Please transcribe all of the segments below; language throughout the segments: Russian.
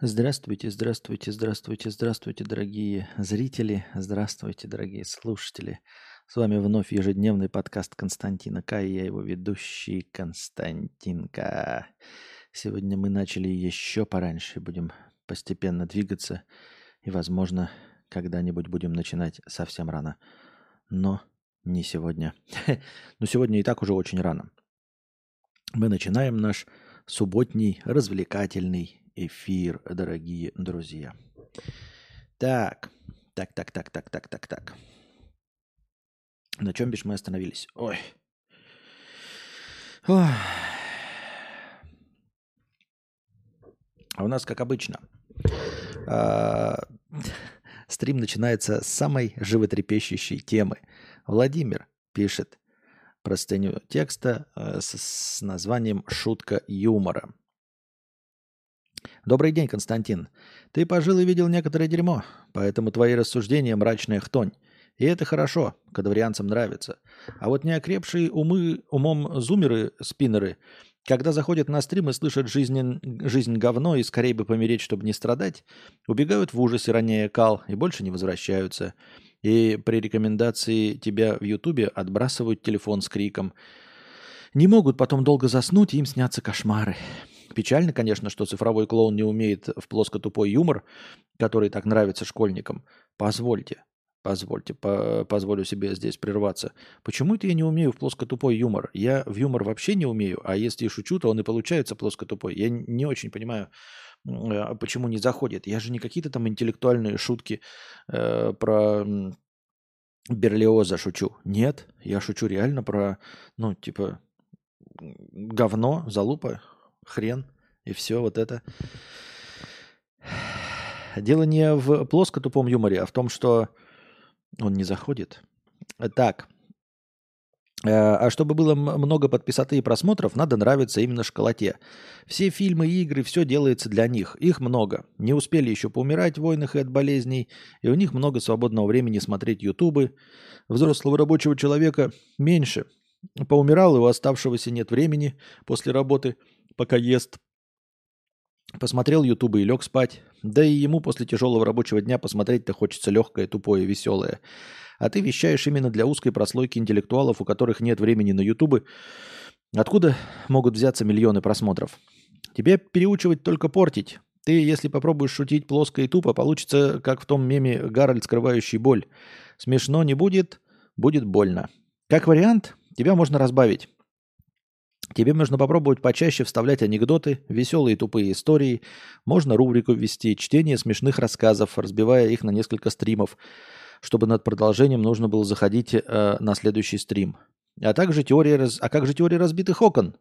Здравствуйте, здравствуйте, здравствуйте, здравствуйте, дорогие зрители, здравствуйте, дорогие слушатели. С вами вновь ежедневный подкаст Константина К. И я его ведущий Константин К. Сегодня мы начали еще пораньше, будем постепенно двигаться и, возможно, когда-нибудь будем начинать совсем рано. Но не сегодня. Но сегодня и так уже очень рано. Мы начинаем наш субботний развлекательный эфир, дорогие друзья. Так. На чем бишь мы остановились? Ой. Ох. А у нас, как обычно, стрим начинается с самой животрепещущей темы. Владимир пишет простыню текста с названием «Шутка юмора». Добрый день, Константин. Ты пожил и видел некоторое дерьмо, поэтому твои рассуждения мрачная хтонь. И это хорошо, кадаврианцам нравится. А вот неокрепшие умом зумеры-спиннеры, когда заходят на стрим и слышат жизнь говно и скорее бы помереть, чтобы не страдать, убегают в ужасе, роняя кал, и больше не возвращаются. И при рекомендации тебя в Ютубе отбрасывают телефон с криком. Не могут потом долго заснуть, и им снятся кошмары. Печально, конечно, что цифровой клоун не умеет в плоско-тупой юмор, который так нравится школьникам. Позволю себе здесь прерваться. Почему это я не умею в плоско-тупой юмор? Я в юмор вообще не умею, а если и шучу, то он и получается плоско-тупой. Я не очень понимаю, почему не заходит. Я же не какие-то там интеллектуальные шутки про Берлиоза шучу. Нет, я шучу реально про, говно, залупа, хрен и все вот это. Дело не в плоско-тупом юморе, а в том, что он не заходит. Так. А чтобы было много подписоты и просмотров, надо нравиться именно школоте. Все фильмы и игры, все делается для них. Их много. Не успели еще поумирать в войнах и от болезней, и у них много свободного времени смотреть ютубы. Взрослого рабочего человека меньше. Поумирал, и у оставшегося нет времени после работы, пока ест. Посмотрел ютубы и лег спать. Да и ему после тяжелого рабочего дня посмотреть-то хочется легкое, тупое, веселое. А ты вещаешь именно для узкой прослойки интеллектуалов, у которых нет времени на ютубы. Откуда могут взяться миллионы просмотров? Тебе переучивать только портить. Ты, если попробуешь шутить плоско и тупо, получится, как в том меме «Гарольд, скрывающий боль». Смешно не будет, будет больно. Как вариант, тебя можно разбавить. Тебе нужно попробовать почаще вставлять анекдоты, веселые тупые истории. Можно рубрику ввести, чтение смешных рассказов, разбивая их на несколько стримов, чтобы над продолжением нужно было заходить на следующий стрим. А как же теория разбитых окон?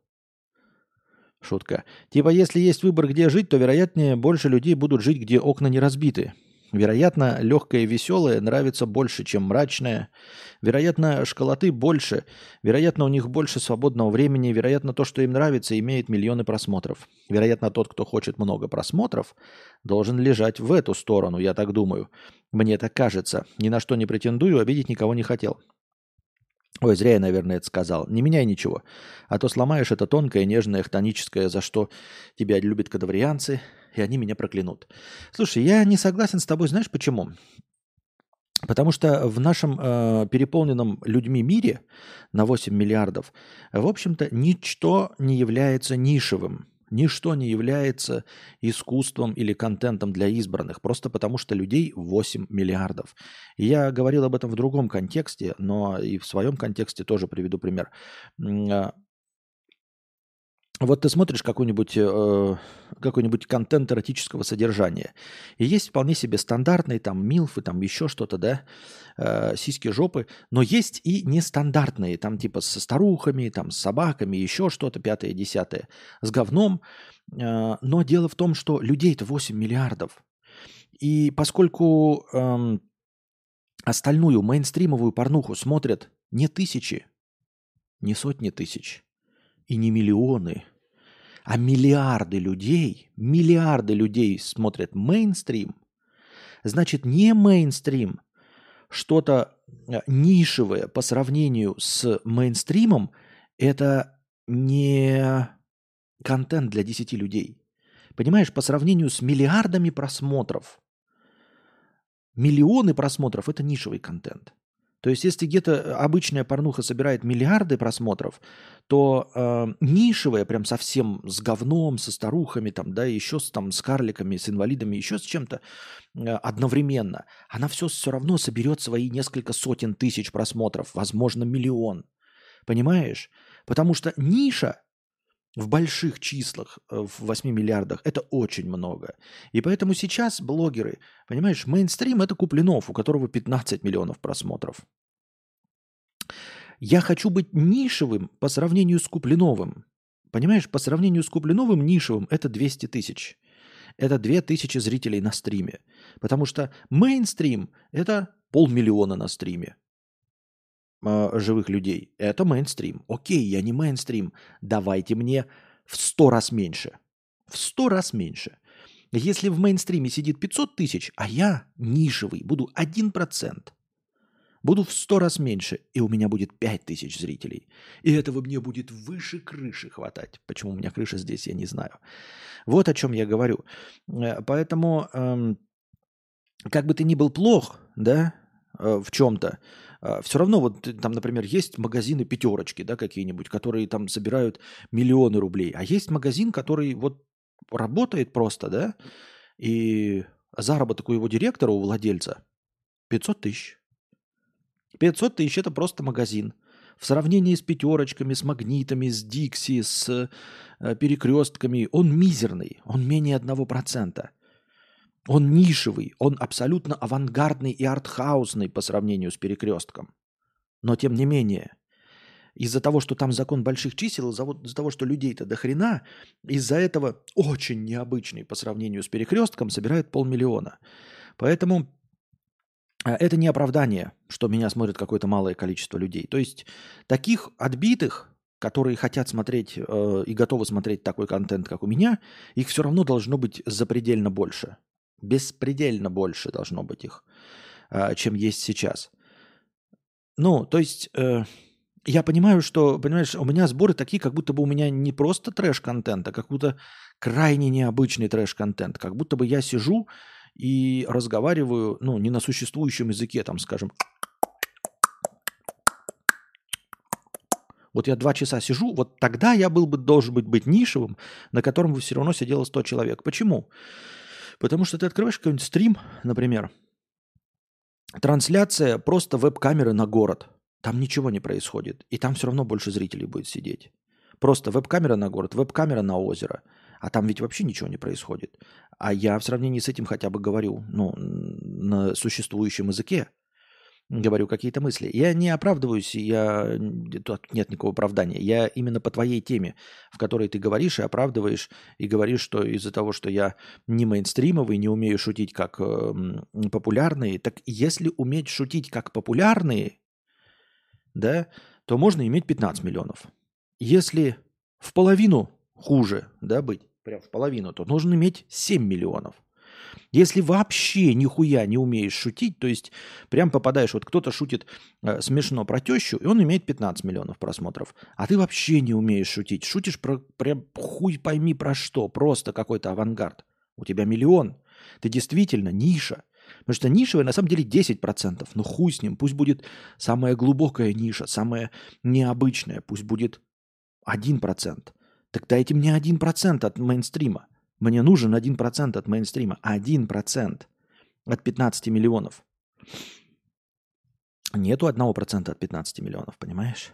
Шутка. Типа, если есть выбор, где жить, то, вероятнее, больше людей будут жить, где окна не разбиты. Вероятно, легкое и веселое нравится больше, чем мрачное. Вероятно, школоты больше. Вероятно, у них больше свободного времени. Вероятно, то, что им нравится, имеет миллионы просмотров. Вероятно, тот, кто хочет много просмотров, должен лежать в эту сторону, я так думаю. Мне так кажется. Ни на что не претендую, обидеть никого не хотел. Ой, зря я, наверное, это сказал. Не меняй ничего. А то сломаешь это тонкое, нежное, хтоническое, за что тебя любят кадаврианцы, и они меня проклянут. Слушай, я не согласен с тобой, знаешь почему? Потому что в нашем переполненном людьми мире на 8 миллиардов, в общем-то, ничто не является нишевым. Ничто не является искусством или контентом для избранных, просто потому что людей 8 миллиардов. И я говорил об этом в другом контексте, но и в своем контексте тоже приведу пример. Вот ты смотришь какой-нибудь контент эротического содержания, и есть вполне себе стандартные, там, милфы, там, еще что-то, да, сиськи, жопы, но есть и нестандартные, там, типа, со старухами, там, с собаками, еще что-то, пятое, десятое, с говном. Но дело в том, что людей-то 8 миллиардов. И поскольку остальную мейнстримовую порнуху смотрят не тысячи, не сотни тысяч и не миллионы, а миллиарды людей смотрят мейнстрим, значит, не мейнстрим, что-то нишевое по сравнению с мейнстримом, это не контент для 10 людей. Понимаешь, по сравнению с миллиардами просмотров, миллионы просмотров – это нишевый контент. То есть, если где-то обычная порнуха собирает миллиарды просмотров, то нишевая, прям совсем с говном, со старухами, там, да, еще с карликами, с инвалидами, еще с чем-то одновременно, она все равно соберет свои несколько сотен тысяч просмотров, возможно, миллион. Понимаешь? Потому что ниша в больших числах, в 8 миллиардах, это очень много. И поэтому сейчас блогеры, понимаешь, мейнстрим – это Куплинов, у которого 15 миллионов просмотров. Я хочу быть нишевым по сравнению с Куплиновым. Понимаешь, по сравнению с Куплиновым нишевым – это 200 тысяч. Это 2000 зрителей на стриме. Потому что мейнстрим – это 500 000 на стриме живых людей. Это мейнстрим. Окей, я не мейнстрим. Давайте мне в 100 раз меньше. В 100 раз меньше. Если в мейнстриме сидит 500 тысяч, а я нишевый, буду 1%, буду в 100 раз меньше, и у меня будет 5000 зрителей. И этого мне будет выше крыши хватать. Почему у меня крыша здесь, я не знаю. Вот о чем я говорю. Поэтому, как бы ты ни был плох, да, в чем-то, все равно вот там, например, есть магазины пятерочки, да, какие-нибудь, которые там собирают миллионы рублей, а есть магазин, который вот работает просто, да, и заработок у его директора, у владельца 500 тысяч. 500 тысяч – это просто магазин. В сравнении с пятерочками, с магнитами, с Дикси, с перекрестками, он мизерный, он менее 1%. Он нишевый, он абсолютно авангардный и артхаусный по сравнению с перекрестком. Но тем не менее, из-за того, что там закон больших чисел, из-за того, что людей-то до хрена, из-за этого очень необычный по сравнению с перекрестком собирает 500 000. Поэтому это не оправдание, что меня смотрит какое-то малое количество людей. То есть таких отбитых, которые хотят смотреть и готовы смотреть такой контент, как у меня, их все равно должно быть запредельно больше. Беспредельно больше должно быть их, чем есть сейчас. Ну, то есть я понимаю, что, понимаешь, у меня сборы такие, как будто бы у меня не просто трэш-контент, а как будто крайне необычный трэш-контент. Как будто бы я сижу и разговариваю, ну, не на существующем языке, там, скажем. Вот я 2 часа сижу, вот тогда я должен быть нишевым, на котором все равно сидело 100 человек. Почему? Потому что ты открываешь какой-нибудь стрим, например, трансляция просто веб-камеры на город. Там ничего не происходит. И там все равно больше зрителей будет сидеть. Просто веб-камера на город, веб-камера на озеро. А там ведь вообще ничего не происходит. А я в сравнении с этим хотя бы говорю, ну, на существующем языке. Говорю какие-то мысли. Я не оправдываюсь, тут нет никакого оправдания. Я именно по твоей теме, в которой ты говоришь и оправдываешь, и говоришь, что из-за того, что я не мейнстримовый, не умею шутить как популярные, так если уметь шутить как популярные, да, то можно иметь 15 миллионов. Если в половину хуже, да, быть, прям в половину, то нужно иметь 7 миллионов. Если вообще нихуя не умеешь шутить, то есть прям попадаешь, вот кто-то шутит смешно про тещу, и он имеет 15 миллионов просмотров, а ты вообще не умеешь шутить, шутишь про прям хуй пойми про что, просто какой-то авангард. У тебя миллион, ты действительно ниша. Потому что нишевая на самом деле 10%, но хуй с ним, пусть будет самая глубокая ниша, самая необычная, пусть будет 1%. Так дайте мне 1% от мейнстрима. Мне нужен 1% от мейнстрима. 1% от 15 миллионов. Нету 1% от 15 миллионов, понимаешь?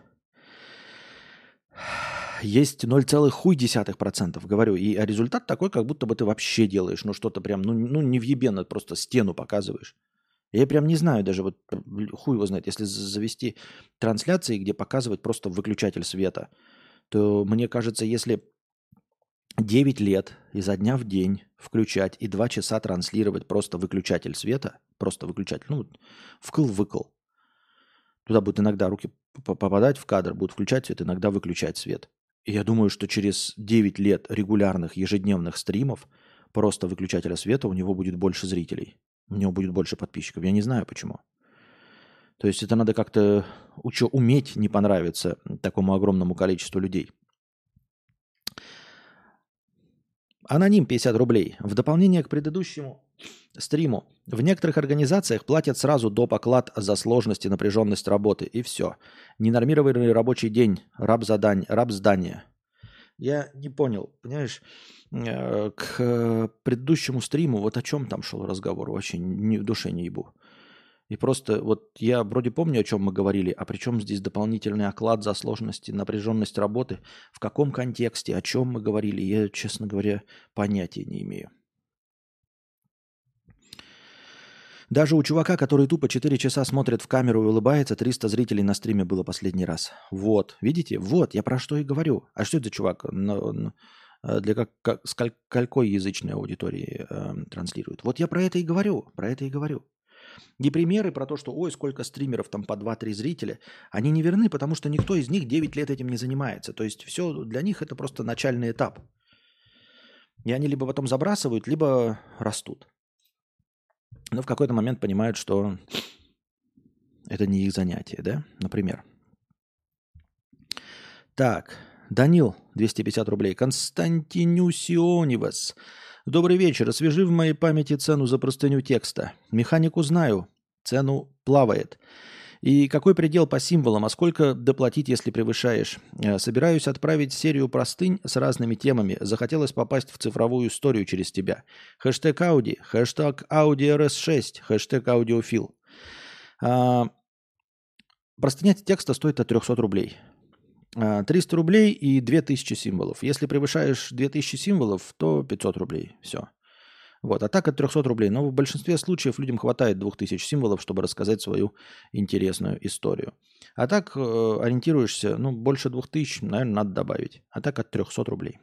Есть 0,1%, говорю. И результат такой, как будто бы ты вообще делаешь, ну что-то прям, ну не въебенно, просто стену показываешь. Я прям не знаю даже, вот хуй его знает, если завести трансляции, где показывать просто выключатель света, то мне кажется, если 9 лет изо дня в день включать и 2 часа транслировать просто выключатель света, просто выключатель, ну, вкл-выкл. Туда будут иногда руки попадать в кадр, будут включать свет, иногда выключать свет. И я думаю, что через 9 лет регулярных ежедневных стримов просто выключателя света у него будет больше зрителей. У него будет больше подписчиков. Я не знаю почему. То есть это надо как-то уметь не понравиться такому огромному количеству людей. Аноним 50 рублей. В дополнение к предыдущему стриму. В некоторых организациях платят сразу доп. Оклад за сложность и напряженность работы. И все. Ненормированный рабочий день, раб здания. Я не понял, понимаешь, к предыдущему стриму вот о чем там шел разговор, вообще в душе не ебу. И просто вот я вроде помню, о чем мы говорили, а при чем здесь дополнительный оклад за сложность и напряженность работы, в каком контексте, о чем мы говорили, я, честно говоря, понятия не имею. Даже у чувака, который тупо 4 часа смотрит в камеру и улыбается, 300 зрителей на стриме было последний раз. Вот, видите? Вот, я про что и говорю. А что это за чувак? Для какой язычной аудитории транслирует? Вот я про это и говорю, И примеры про то, что ой, сколько стримеров, там по 2-3 зрителя, они не верны, потому что никто из них 9 лет этим не занимается. То есть все для них это просто начальный этап. И они либо потом забрасывают, либо растут. Но в какой-то момент понимают, что это не их занятие, да? Например. Так, Данил, 250 рублей. Константинюсионивас. Добрый вечер. Освежи в моей памяти цену за простыню текста. Механику знаю. Цену плавает. И какой предел по символам? А сколько доплатить, если превышаешь? Собираюсь отправить серию простынь с разными темами. Захотелось попасть в цифровую историю через тебя. Хэштег Ауди, хэштег Ауди RS6, хэштег Аудиофил. Простыня текста стоит от 300 рублей. 300 рублей и 2000 символов. Если превышаешь 2000 символов, то 500 рублей. Все. Вот. А так от 300 рублей. Но в большинстве случаев людям хватает 2000 символов, чтобы рассказать свою интересную историю. А так ориентируешься, больше 2000, наверное, надо добавить. А так от 300 рублей.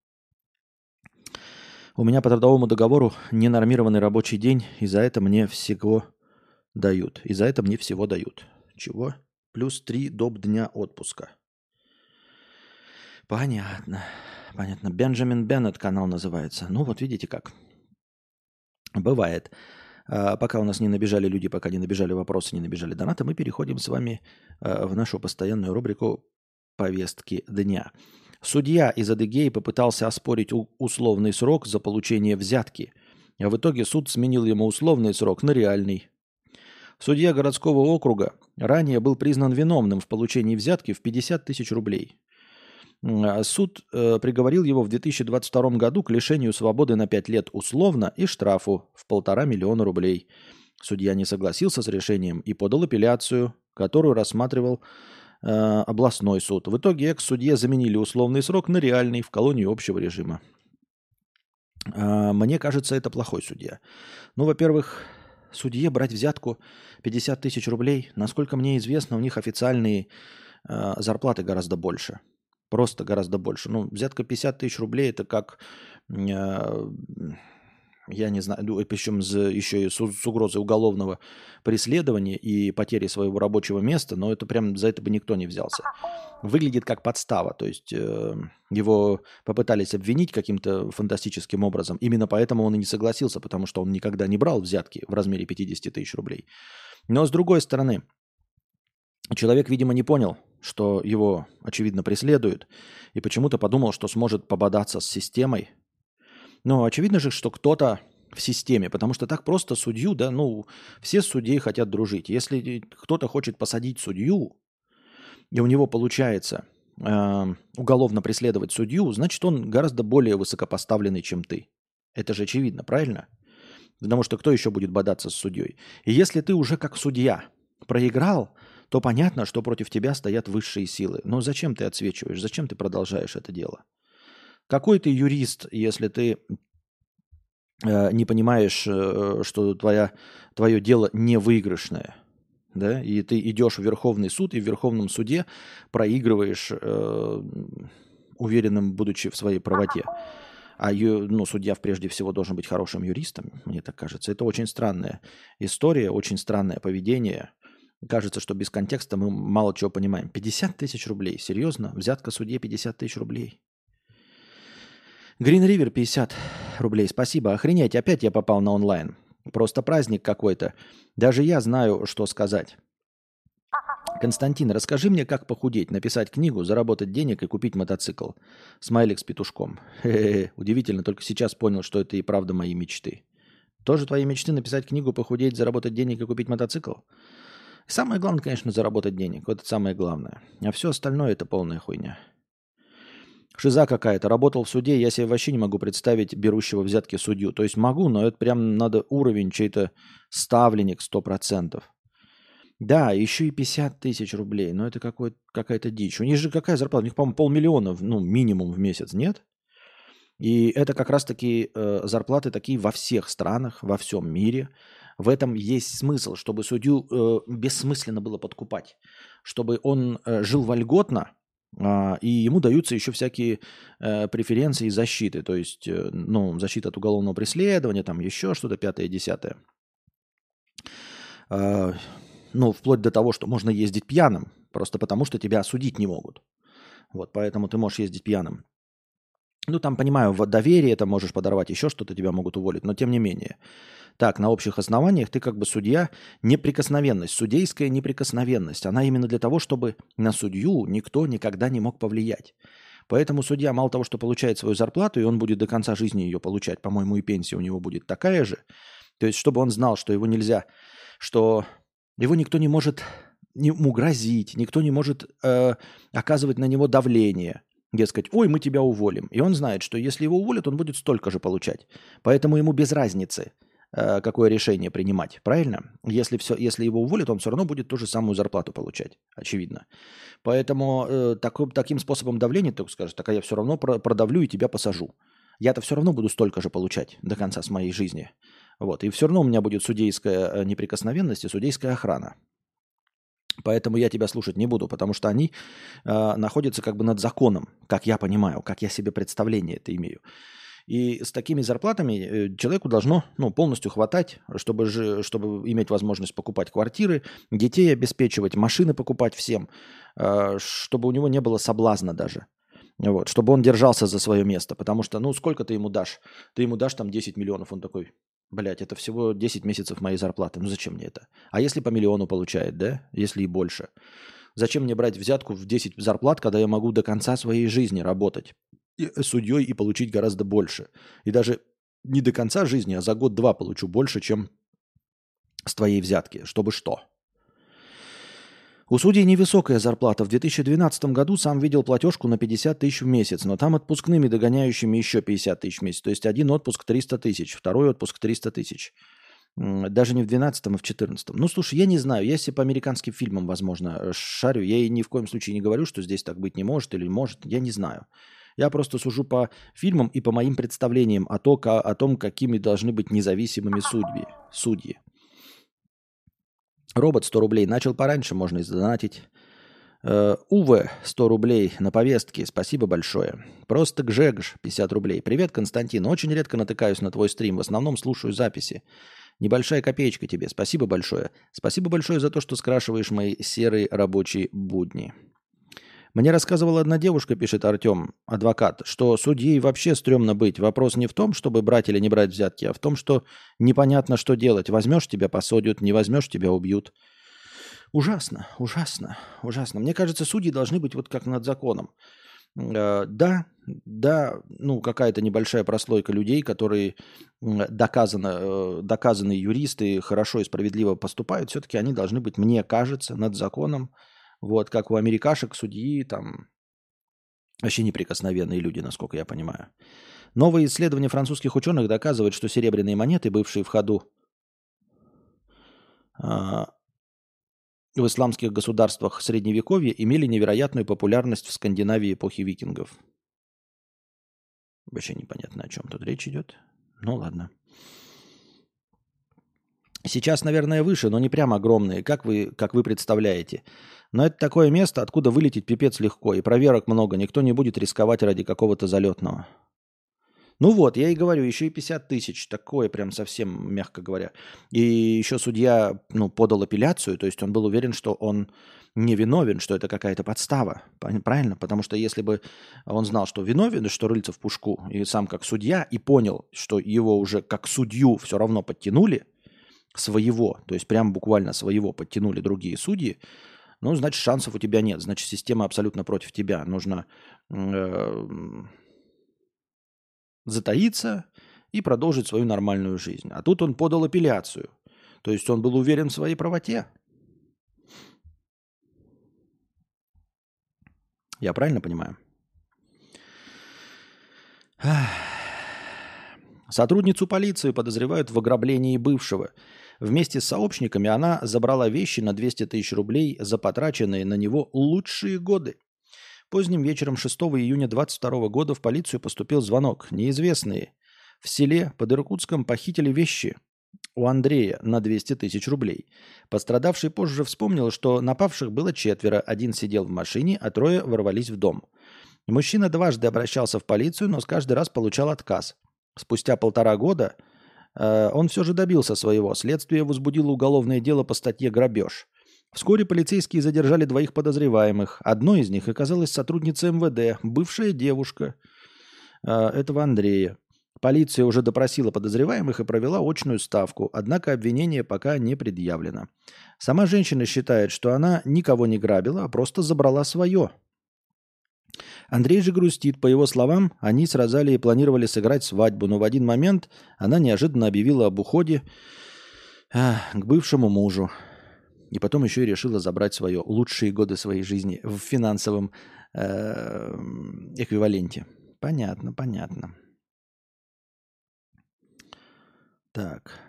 У меня по трудовому договору ненормированный рабочий день, и за это мне всего дают. Чего? Плюс 3 доп. Дня отпуска. Понятно. Бенджамин Беннет канал называется. Вот видите как. Бывает. Пока у нас не набежали люди, пока не набежали вопросы, не набежали донаты, мы переходим с вами в нашу постоянную рубрику повестки дня. Судья из Адыгеи попытался оспорить условный срок за получение взятки, а в итоге суд сменил ему условный срок на реальный. Судья городского округа ранее был признан виновным в получении взятки в 50 тысяч рублей. Суд приговорил его в 2022 году к лишению свободы на 5 лет условно и штрафу в 1,5 миллиона рублей. Судья не согласился с решением и подал апелляцию, которую рассматривал областной суд. В итоге экс-судье заменили условный срок на реальный в колонию общего режима. Мне кажется, это плохой судья. Во-первых, судье брать взятку 50 тысяч рублей, насколько мне известно, у них официальные зарплаты гораздо больше. Просто гораздо больше. Взятка 50 тысяч рублей – это как, я не знаю, причем еще и с угрозой уголовного преследования и потери своего рабочего места, но это прям за это бы никто не взялся. Выглядит как подстава, то есть его попытались обвинить каким-то фантастическим образом. Именно поэтому он и не согласился, потому что он никогда не брал взятки в размере 50 тысяч рублей. Но с другой стороны, человек, видимо, не понял, что его, очевидно, преследуют, и почему-то подумал, что сможет пободаться с системой. Но очевидно же, что кто-то в системе, потому что так просто судью, все с судьей хотят дружить. Если кто-то хочет посадить судью, и у него получается уголовно преследовать судью, значит, он гораздо более высокопоставленный, чем ты. Это же очевидно, правильно? Потому что кто еще будет бодаться с судьей? И если ты уже как судья проиграл, то понятно, что против тебя стоят высшие силы. Но зачем ты отсвечиваешь? Зачем ты продолжаешь это дело? Какой ты юрист, если ты не понимаешь, что твое дело невыигрышное? Да? И ты идешь в Верховный суд, и в Верховном суде проигрываешь, уверенным, будучи в своей правоте. А судья прежде всего должен быть хорошим юристом, мне так кажется. Это очень странная история, очень странное поведение. Кажется, что без контекста мы мало чего понимаем. 50 тысяч рублей. Серьезно? Взятка судье 50 тысяч рублей. Green River 50 рублей. Спасибо. Охренеть, опять я попал на онлайн. Просто праздник какой-то. Даже я знаю, что сказать. Константин, расскажи мне, как похудеть, написать книгу, заработать денег и купить мотоцикл. Смайлик с петушком. Хе-хе-хе. Удивительно, только сейчас понял, что это и правда мои мечты. Тоже твои мечты написать книгу, похудеть, заработать денег и купить мотоцикл? Самое главное, конечно, заработать денег. Вот это самое главное. А все остальное это полная хуйня. Шиза какая-то. Работал в суде, я себе вообще не могу представить берущего взятки судью. То есть могу, но это прям надо уровень чей-то ставленник 100%. Да, еще и 50 тысяч рублей. Но это какая-то дичь. У них же какая зарплата? У них, по-моему, 500 000, ну, минимум в месяц, нет? И это как раз-таки зарплаты такие во всех странах, во всем мире. В этом есть смысл, чтобы судью бессмысленно было подкупать. Чтобы он жил вольготно, и ему даются еще всякие преференции и защиты. То есть, ну, защита от уголовного преследования, там еще что-то, пятое, десятое. Ну, вплоть до того, что можно ездить пьяным, просто потому что тебя осудить не могут. Вот, поэтому ты можешь ездить пьяным. Ну, там, понимаю, в доверие это можешь подорвать, еще что-то, тебя могут уволить, но тем не менее. Так, на общих основаниях ты как бы судья, неприкосновенность, судейская неприкосновенность, она именно для того, чтобы на судью никто никогда не мог повлиять. Поэтому судья мало того, что получает свою зарплату, и он будет до конца жизни ее получать, по-моему, и пенсия у него будет такая же, то есть чтобы он знал, что его нельзя, что его никто не может ему грозить, никто не может оказывать на него давление. Дескать, ой, мы тебя уволим. И он знает, что если его уволят, он будет столько же получать. Поэтому ему без разницы, какое решение принимать. Правильно? Если его уволят, он все равно будет ту же самую зарплату получать. Очевидно. Поэтому таким способом давления, только скажешь, так я все равно продавлю и тебя посажу. Я-то все равно буду столько же получать до конца с моей жизни. Вот. И все равно у меня будет судейская неприкосновенность и судейская охрана. Поэтому я тебя слушать не буду, потому что они находятся как бы над законом, как я понимаю, как я себе представление это имею. И с такими зарплатами человеку должно полностью хватать, чтобы иметь возможность покупать квартиры, детей обеспечивать, машины покупать всем, чтобы у него не было соблазна даже. Вот, чтобы он держался за свое место. Потому что, сколько ты ему дашь? Ты ему дашь там 10 миллионов, он такой... Блять, это всего 10 месяцев моей зарплаты. Зачем мне это? А если по миллиону получает, да? Если и больше. Зачем мне брать взятку в 10 зарплат, когда я могу до конца своей жизни работать судьей и получить гораздо больше? И даже не до конца жизни, а за год-два получу больше, чем с твоей взятки. Чтобы что? У судей невысокая зарплата. В 2012 году сам видел платежку на 50 тысяч в месяц, но там отпускными догоняющими еще 50 тысяч в месяц. То есть один отпуск 300 тысяч, второй отпуск 300 тысяч. Даже не в 2012, а в 2014. Слушай, я не знаю. Я себе по американским фильмам, возможно, шарю. Я и ни в коем случае не говорю, что здесь так быть не может или может. Я не знаю. Я просто сужу по фильмам и по моим представлениям о том, какими должны быть независимыми судьи. Робот 100 рублей. Начал пораньше, можно и задонатить. Уве 100 рублей на повестке. Спасибо большое. Просто Гжегж 50 рублей. Привет, Константин. Очень редко натыкаюсь на твой стрим. В основном слушаю записи. Небольшая копеечка тебе. Спасибо большое. Спасибо большое за то, что скрашиваешь мои серые рабочие будни. Мне рассказывала одна девушка, пишет Артем, адвокат, что судьей вообще стрёмно быть. Вопрос не в том, чтобы брать или не брать взятки, а в том, что непонятно, что делать. Возьмешь — тебя посадят, не возьмешь — тебя убьют. Ужасно, ужасно, ужасно. Мне кажется, судьи должны быть вот как над законом. Да, какая-то небольшая прослойка людей, которые доказанные юристы, хорошо и справедливо поступают, все-таки они должны быть, мне кажется, над законом. Вот, как у америкашек, судьи, там, вообще неприкосновенные люди, насколько я понимаю. Новые исследования французских ученых доказывают, что серебряные монеты, бывшие в ходу в исламских государствах Средневековья, имели невероятную популярность в Скандинавии эпохи викингов. Вообще непонятно, о чем тут речь идет. Ну ладно. Сейчас, наверное, выше, но не прям огромные, как вы представляете. Но это такое место, откуда вылететь пипец легко. И проверок много, никто не будет рисковать ради какого-то залетного. Ну вот, я и говорю, еще и 50 тысяч. Такое прям совсем, мягко говоря. И еще судья подал апелляцию, то есть он был уверен, что он не виновен, что это какая-то подстава. Правильно? Потому что если бы он знал, что виновен, и что рыльца в пушку, и сам как судья, и понял, что его уже как судью все равно подтянули, своего, то есть прям буквально своего подтянули другие судьи, ну, значит, шансов у тебя нет. Значит, система абсолютно против тебя. Нужно затаиться и продолжить свою нормальную жизнь. А тут он подал апелляцию. То есть он был уверен в своей правоте. Я правильно понимаю? Сотрудницу полиции подозревают в ограблении бывшего. Вместе с сообщниками она забрала вещи на 200 тысяч рублей за потраченные на него лучшие годы. Поздним вечером 6 июня 2022 года в полицию поступил звонок. Неизвестные в селе под Иркутском похитили вещи у Андрея на 200 тысяч рублей. Пострадавший позже вспомнил, что напавших было 4. Один сидел в машине, а 3 ворвались в дом. Мужчина дважды обращался в полицию, но каждый раз получал отказ. Спустя 1,5 года он все же добился своего. Следствие возбудило уголовное дело по статье «Грабеж». Вскоре полицейские задержали 2 подозреваемых. Одной из них оказалась сотрудница МВД, бывшая девушка этого Андрея. Полиция уже допросила подозреваемых и провела очную ставку, однако обвинение пока не предъявлено. Сама женщина считает, что она никого не грабила, а просто забрала свое. Андрей же грустит. По его словам, они с Розалией планировали сыграть свадьбу, но в один момент она неожиданно объявила об уходе к бывшему мужу. И потом еще и решила забрать свое лучшие годы своей жизни в финансовом эквиваленте. Понятно, понятно. Так.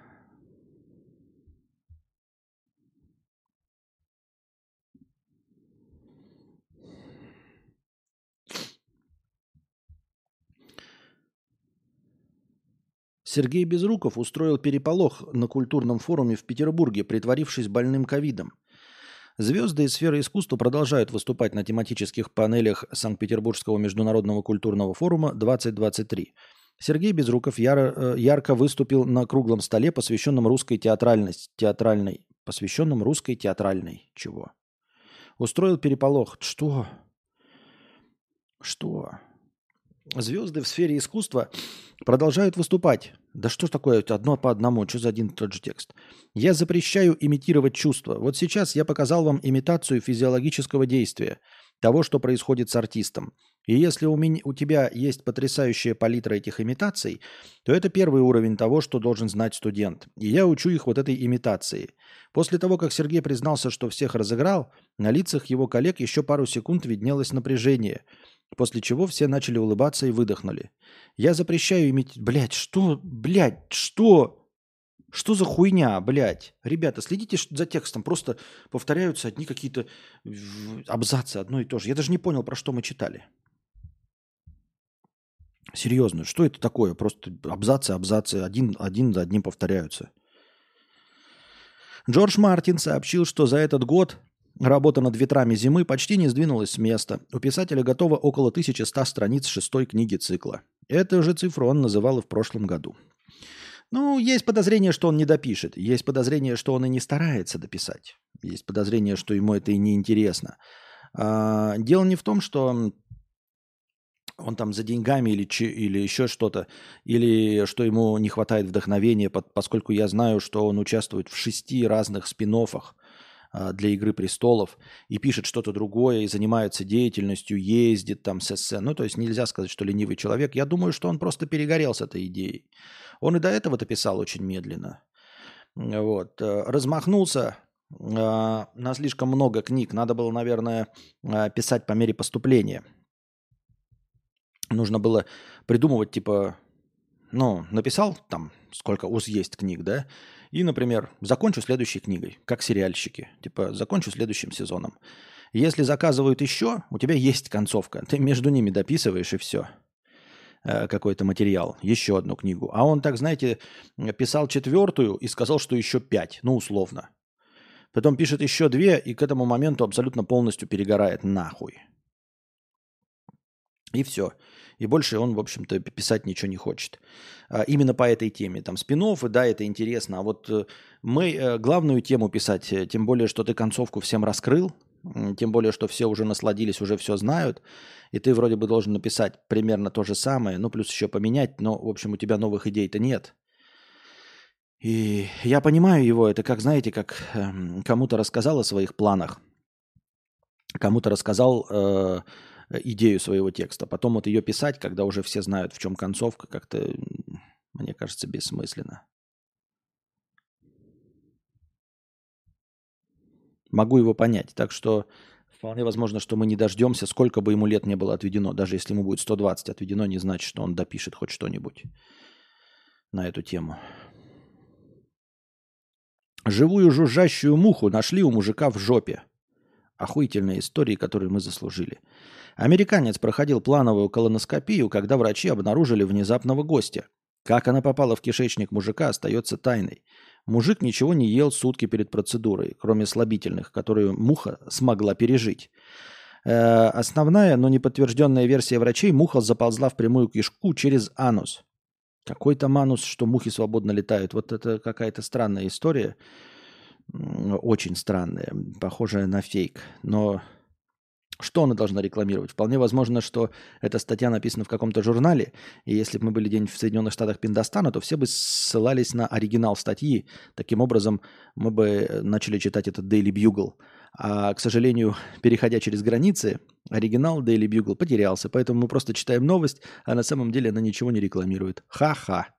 Сергей Безруков устроил переполох на культурном форуме в Петербурге, притворившись больным ковидом. Звезды из сферы искусства продолжают выступать на тематических панелях Санкт-Петербургского международного культурного форума 2023. Сергей Безруков ярко выступил на круглом столе, посвященном русской театральной. Чего? Устроил переполох. Что? Звезды в сфере искусства продолжают выступать. Да что ж такое, одно по одному, что за один и тот же текст? Я запрещаю имитировать чувства. Вот сейчас я показал вам имитацию физиологического действия, того, что происходит с артистом. И если у тебя есть потрясающая палитра этих имитаций, то это первый уровень того, что должен знать студент. И я учу их вот этой имитации. После того, как Сергей признался, что всех разыграл, на лицах его коллег еще пару секунд виднелось напряжение, после чего все начали улыбаться и выдохнули. Я запрещаю имитировать... что? Что за хуйня, блядь? Ребята, следите за текстом. Просто повторяются одни какие-то абзацы, одно и то же. Я даже не понял, про что мы читали. Серьезно, что это такое? Просто абзацы, один за одним повторяются. Джордж Мартин сообщил, что за этот год работа над «Ветрами зимы» почти не сдвинулась с места. У писателя готово около 1100 страниц 6-й книги цикла. Эту же цифру он называл и в прошлом году. Ну, есть подозрение, что он не допишет. Есть подозрение, что он и не старается дописать. Есть подозрение, что ему это и не интересно. Дело не в том, что он там за деньгами или еще что-то, или что ему не хватает вдохновения, поскольку я знаю, что он участвует в 6 разных спин-оффах для «Игры престолов» и пишет что-то другое, и занимается деятельностью, ездит там с эссе. Ну, то есть нельзя сказать, что ленивый человек. Я думаю, что он просто перегорел с этой идеей. Он и до этого-то писал очень медленно. Вот. Размахнулся на слишком много книг. Надо было, наверное, писать по мере поступления. Нужно было придумывать, типа, ну, написал там, сколько есть книг, да, и, например, закончу следующей книгой, как сериальщики. Типа, закончу следующим сезоном. Если заказывают еще, у тебя есть концовка. Ты между ними дописываешь, и все. Какой-то материал, еще одну книгу. А он так, знаете, писал 4 и сказал, что еще 5, ну, условно. Потом пишет еще 2, и к этому моменту абсолютно полностью перегорает нахуй. И все. И больше он, в общем-то, писать ничего не хочет. Именно по этой теме. Там спин-оффы, да, это интересно. А вот мы главную тему писать, тем более, что ты концовку всем раскрыл, тем более, что все уже насладились, уже все знают, и ты вроде бы должен написать примерно то же самое, ну, плюс еще поменять, но, в общем, у тебя новых идей-то нет. И я понимаю его, это как, знаете, как кому-то рассказал о своих планах, кому-то рассказал идею своего текста. Потом вот ее писать, когда уже все знают, в чем концовка, как-то, мне кажется, бессмысленно. Могу его понять. Так что вполне возможно, что мы не дождемся, сколько бы ему лет не было отведено. Даже если ему будет 120 отведено, не значит, что он допишет хоть что-нибудь на эту тему. Живую жужжащую муху нашли у мужика в жопе. Охуительные истории, которые мы заслужили. Американец проходил плановую колоноскопию, когда врачи обнаружили внезапного гостя. Как она попала в кишечник мужика, остается тайной. Мужик ничего не ел сутки перед процедурой, кроме слабительных, которые муха смогла пережить. Основная, но не подтвержденная версия врачей – муха заползла в прямую кишку через анус. Какой там анус, что мухи свободно летают? Вот это какая-то странная история. Очень странная, похожая на фейк. Но что она должна рекламировать? Вполне возможно, что эта статья написана в каком-то журнале, и если бы мы были где-нибудь в Соединенных Штатах Пиндостана, то все бы ссылались на оригинал статьи. Таким образом, мы бы начали читать этот Daily Bugle. А, к сожалению, переходя через границы, оригинал Daily Bugle потерялся. Поэтому мы просто читаем новость, а на самом деле она ничего не рекламирует. Ха-ха.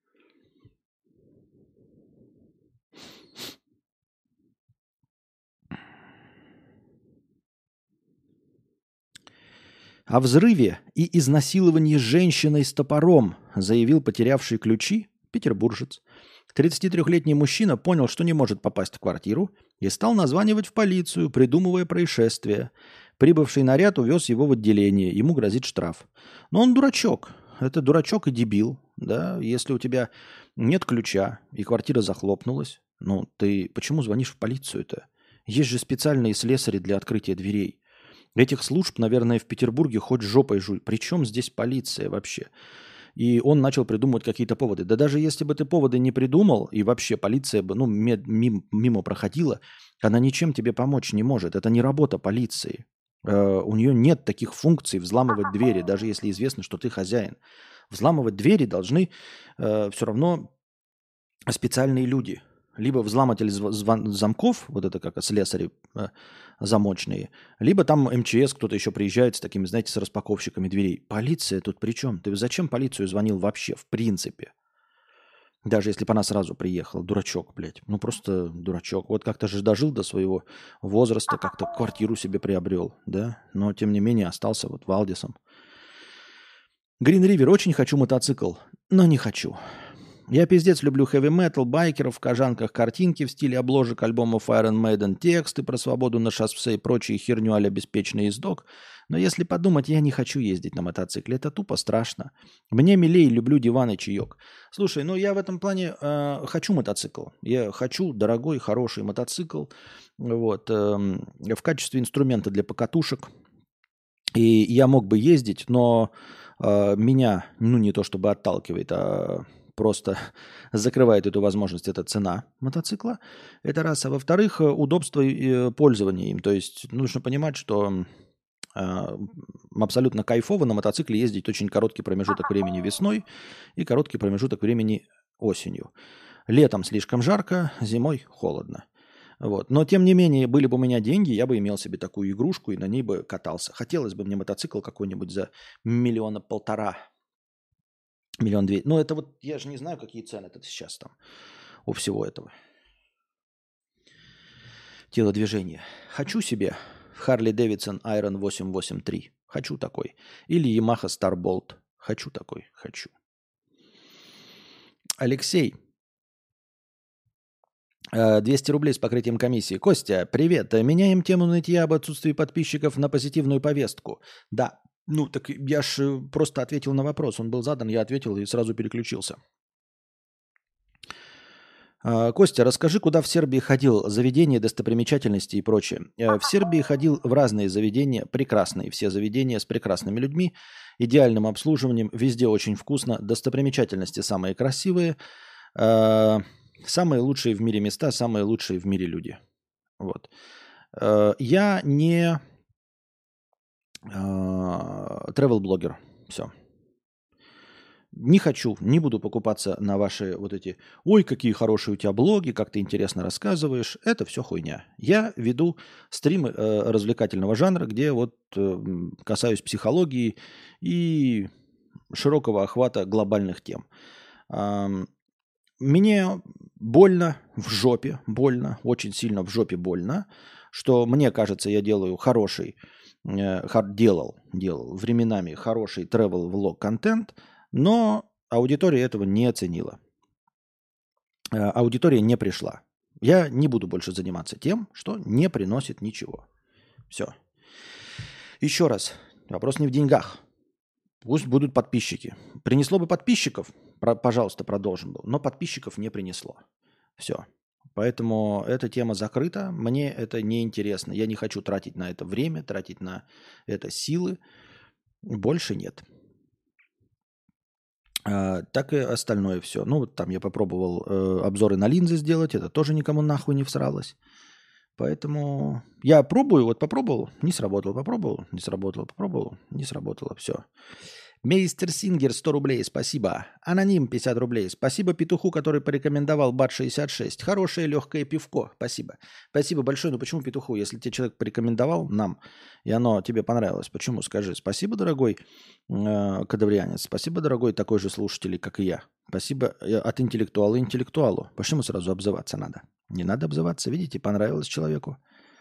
О взрыве и изнасиловании женщиной с топором заявил потерявший ключи петербуржец. 33-летний мужчина понял, что не может попасть в квартиру и стал названивать в полицию, придумывая происшествие. Прибывший наряд увез его в отделение, ему грозит штраф. Но он дурачок. Это дурачок и дебил. Да? Если у тебя нет ключа и квартира захлопнулась, ну ты почему звонишь в полицию-то? Есть же специальные слесари для открытия дверей. Этих служб, наверное, в Петербурге хоть жопой жуй. Причем здесь полиция вообще? И он начал придумывать какие-то поводы. Да даже если бы ты поводы не придумал, и вообще полиция бы мимо проходила, она ничем тебе помочь не может. Это не работа полиции. У нее нет таких функций взламывать двери, даже если известно, что ты хозяин. Взламывать двери должны все равно специальные люди. Либо взламыватель замков, вот это как слесари замочные, либо там МЧС, кто-то еще приезжает с такими, знаете, с распаковщиками дверей. Полиция тут при чем? Ты зачем полицию звонил вообще, в принципе? Даже если бы она сразу приехала. Дурачок, блядь. Ну, просто дурачок. Вот как-то же дожил до своего возраста, как-то квартиру себе приобрел, да? Но, тем не менее, остался вот Валдисом. Green River, очень хочу мотоцикл, но не хочу. Я пиздец люблю хэви-метал, байкеров, в кожанках картинки в стиле обложек альбомов Iron Maiden, тексты про свободу на шоссе и прочие херню а-ля беспечный ездок. Но если подумать, я не хочу ездить на мотоцикле. Это тупо страшно. Мне милей, люблю диван и чаек. Слушай, ну я в этом плане хочу мотоцикл. Я хочу дорогой, хороший мотоцикл. Вот, в качестве инструмента для покатушек. И я мог бы ездить, но меня, ну не то чтобы отталкивает, а просто закрывает эту возможность, это цена мотоцикла. Это раз. А во-вторых, удобство пользования им. То есть нужно понимать, что абсолютно кайфово на мотоцикле ездить очень короткий промежуток времени весной и короткий промежуток времени осенью. Летом слишком жарко, зимой холодно. Вот. Но, тем не менее, были бы у меня деньги, я бы имел себе такую игрушку и на ней бы катался. Хотелось бы мне мотоцикл какой-нибудь за 1,5 миллиона, 1,2 миллиона. Ну, это вот, я же не знаю, какие цены это сейчас там у всего этого телодвижения. Хочу себе Harley Davidson Iron 883. Хочу такой. Или Yamaha Starbolt. Хочу такой. Хочу. Алексей. 200 рублей с покрытием комиссии. Костя, привет. Меняем тему нытья об отсутствии подписчиков на позитивную повестку. Да. Ну, так я ж просто ответил на вопрос. Он был задан, я ответил и сразу переключился. Костя, расскажи, куда в Сербии ходил, заведения, достопримечательности и прочее. В Сербии ходил в разные заведения, прекрасные все заведения с прекрасными людьми, идеальным обслуживанием, везде очень вкусно, достопримечательности самые красивые, самые лучшие в мире места, самые лучшие в мире люди. Вот. Я не travel-блогер, все. Не хочу, не буду покупаться на ваши вот эти «Ой, какие хорошие у тебя блоги, как ты интересно рассказываешь». Это все хуйня. Я веду стримы развлекательного жанра, где вот касаюсь психологии и широкого охвата глобальных тем. Мне больно в жопе, больно, очень сильно в жопе больно, что мне кажется, я делаю хороший, делал временами хороший travel-влог контент, но аудитория этого не оценила. Аудитория не пришла. Я не буду больше заниматься тем, что не приносит ничего. Все. Еще раз, вопрос не в деньгах. Пусть будут подписчики. Принесло бы подписчиков, пожалуйста, продолжим был. Но подписчиков не принесло. Все. Поэтому эта тема закрыта. Мне это не интересно. Я не хочу тратить на это время, тратить на это силы. Больше нет. Так и остальное все. Ну, вот там я попробовал обзоры на линзы сделать. Это тоже никому нахуй не всралось. Поэтому я пробую, вот попробовал, не сработало, попробовал, не сработало, попробовал, не сработало, все. Мейстер Сингер 100 рублей, спасибо. Аноним 50 рублей. Спасибо петуху, который порекомендовал БАТ-66. Хорошее легкое пивко, спасибо. Спасибо большое, но почему петуху? Если тебе человек порекомендовал нам, и оно тебе понравилось, почему? Скажи. Спасибо, дорогой кадаврианец. Спасибо, дорогой такой же слушатель, как и я. Спасибо от интеллектуала интеллектуалу. Почему сразу обзываться надо? Не надо обзываться, видите, понравилось человеку.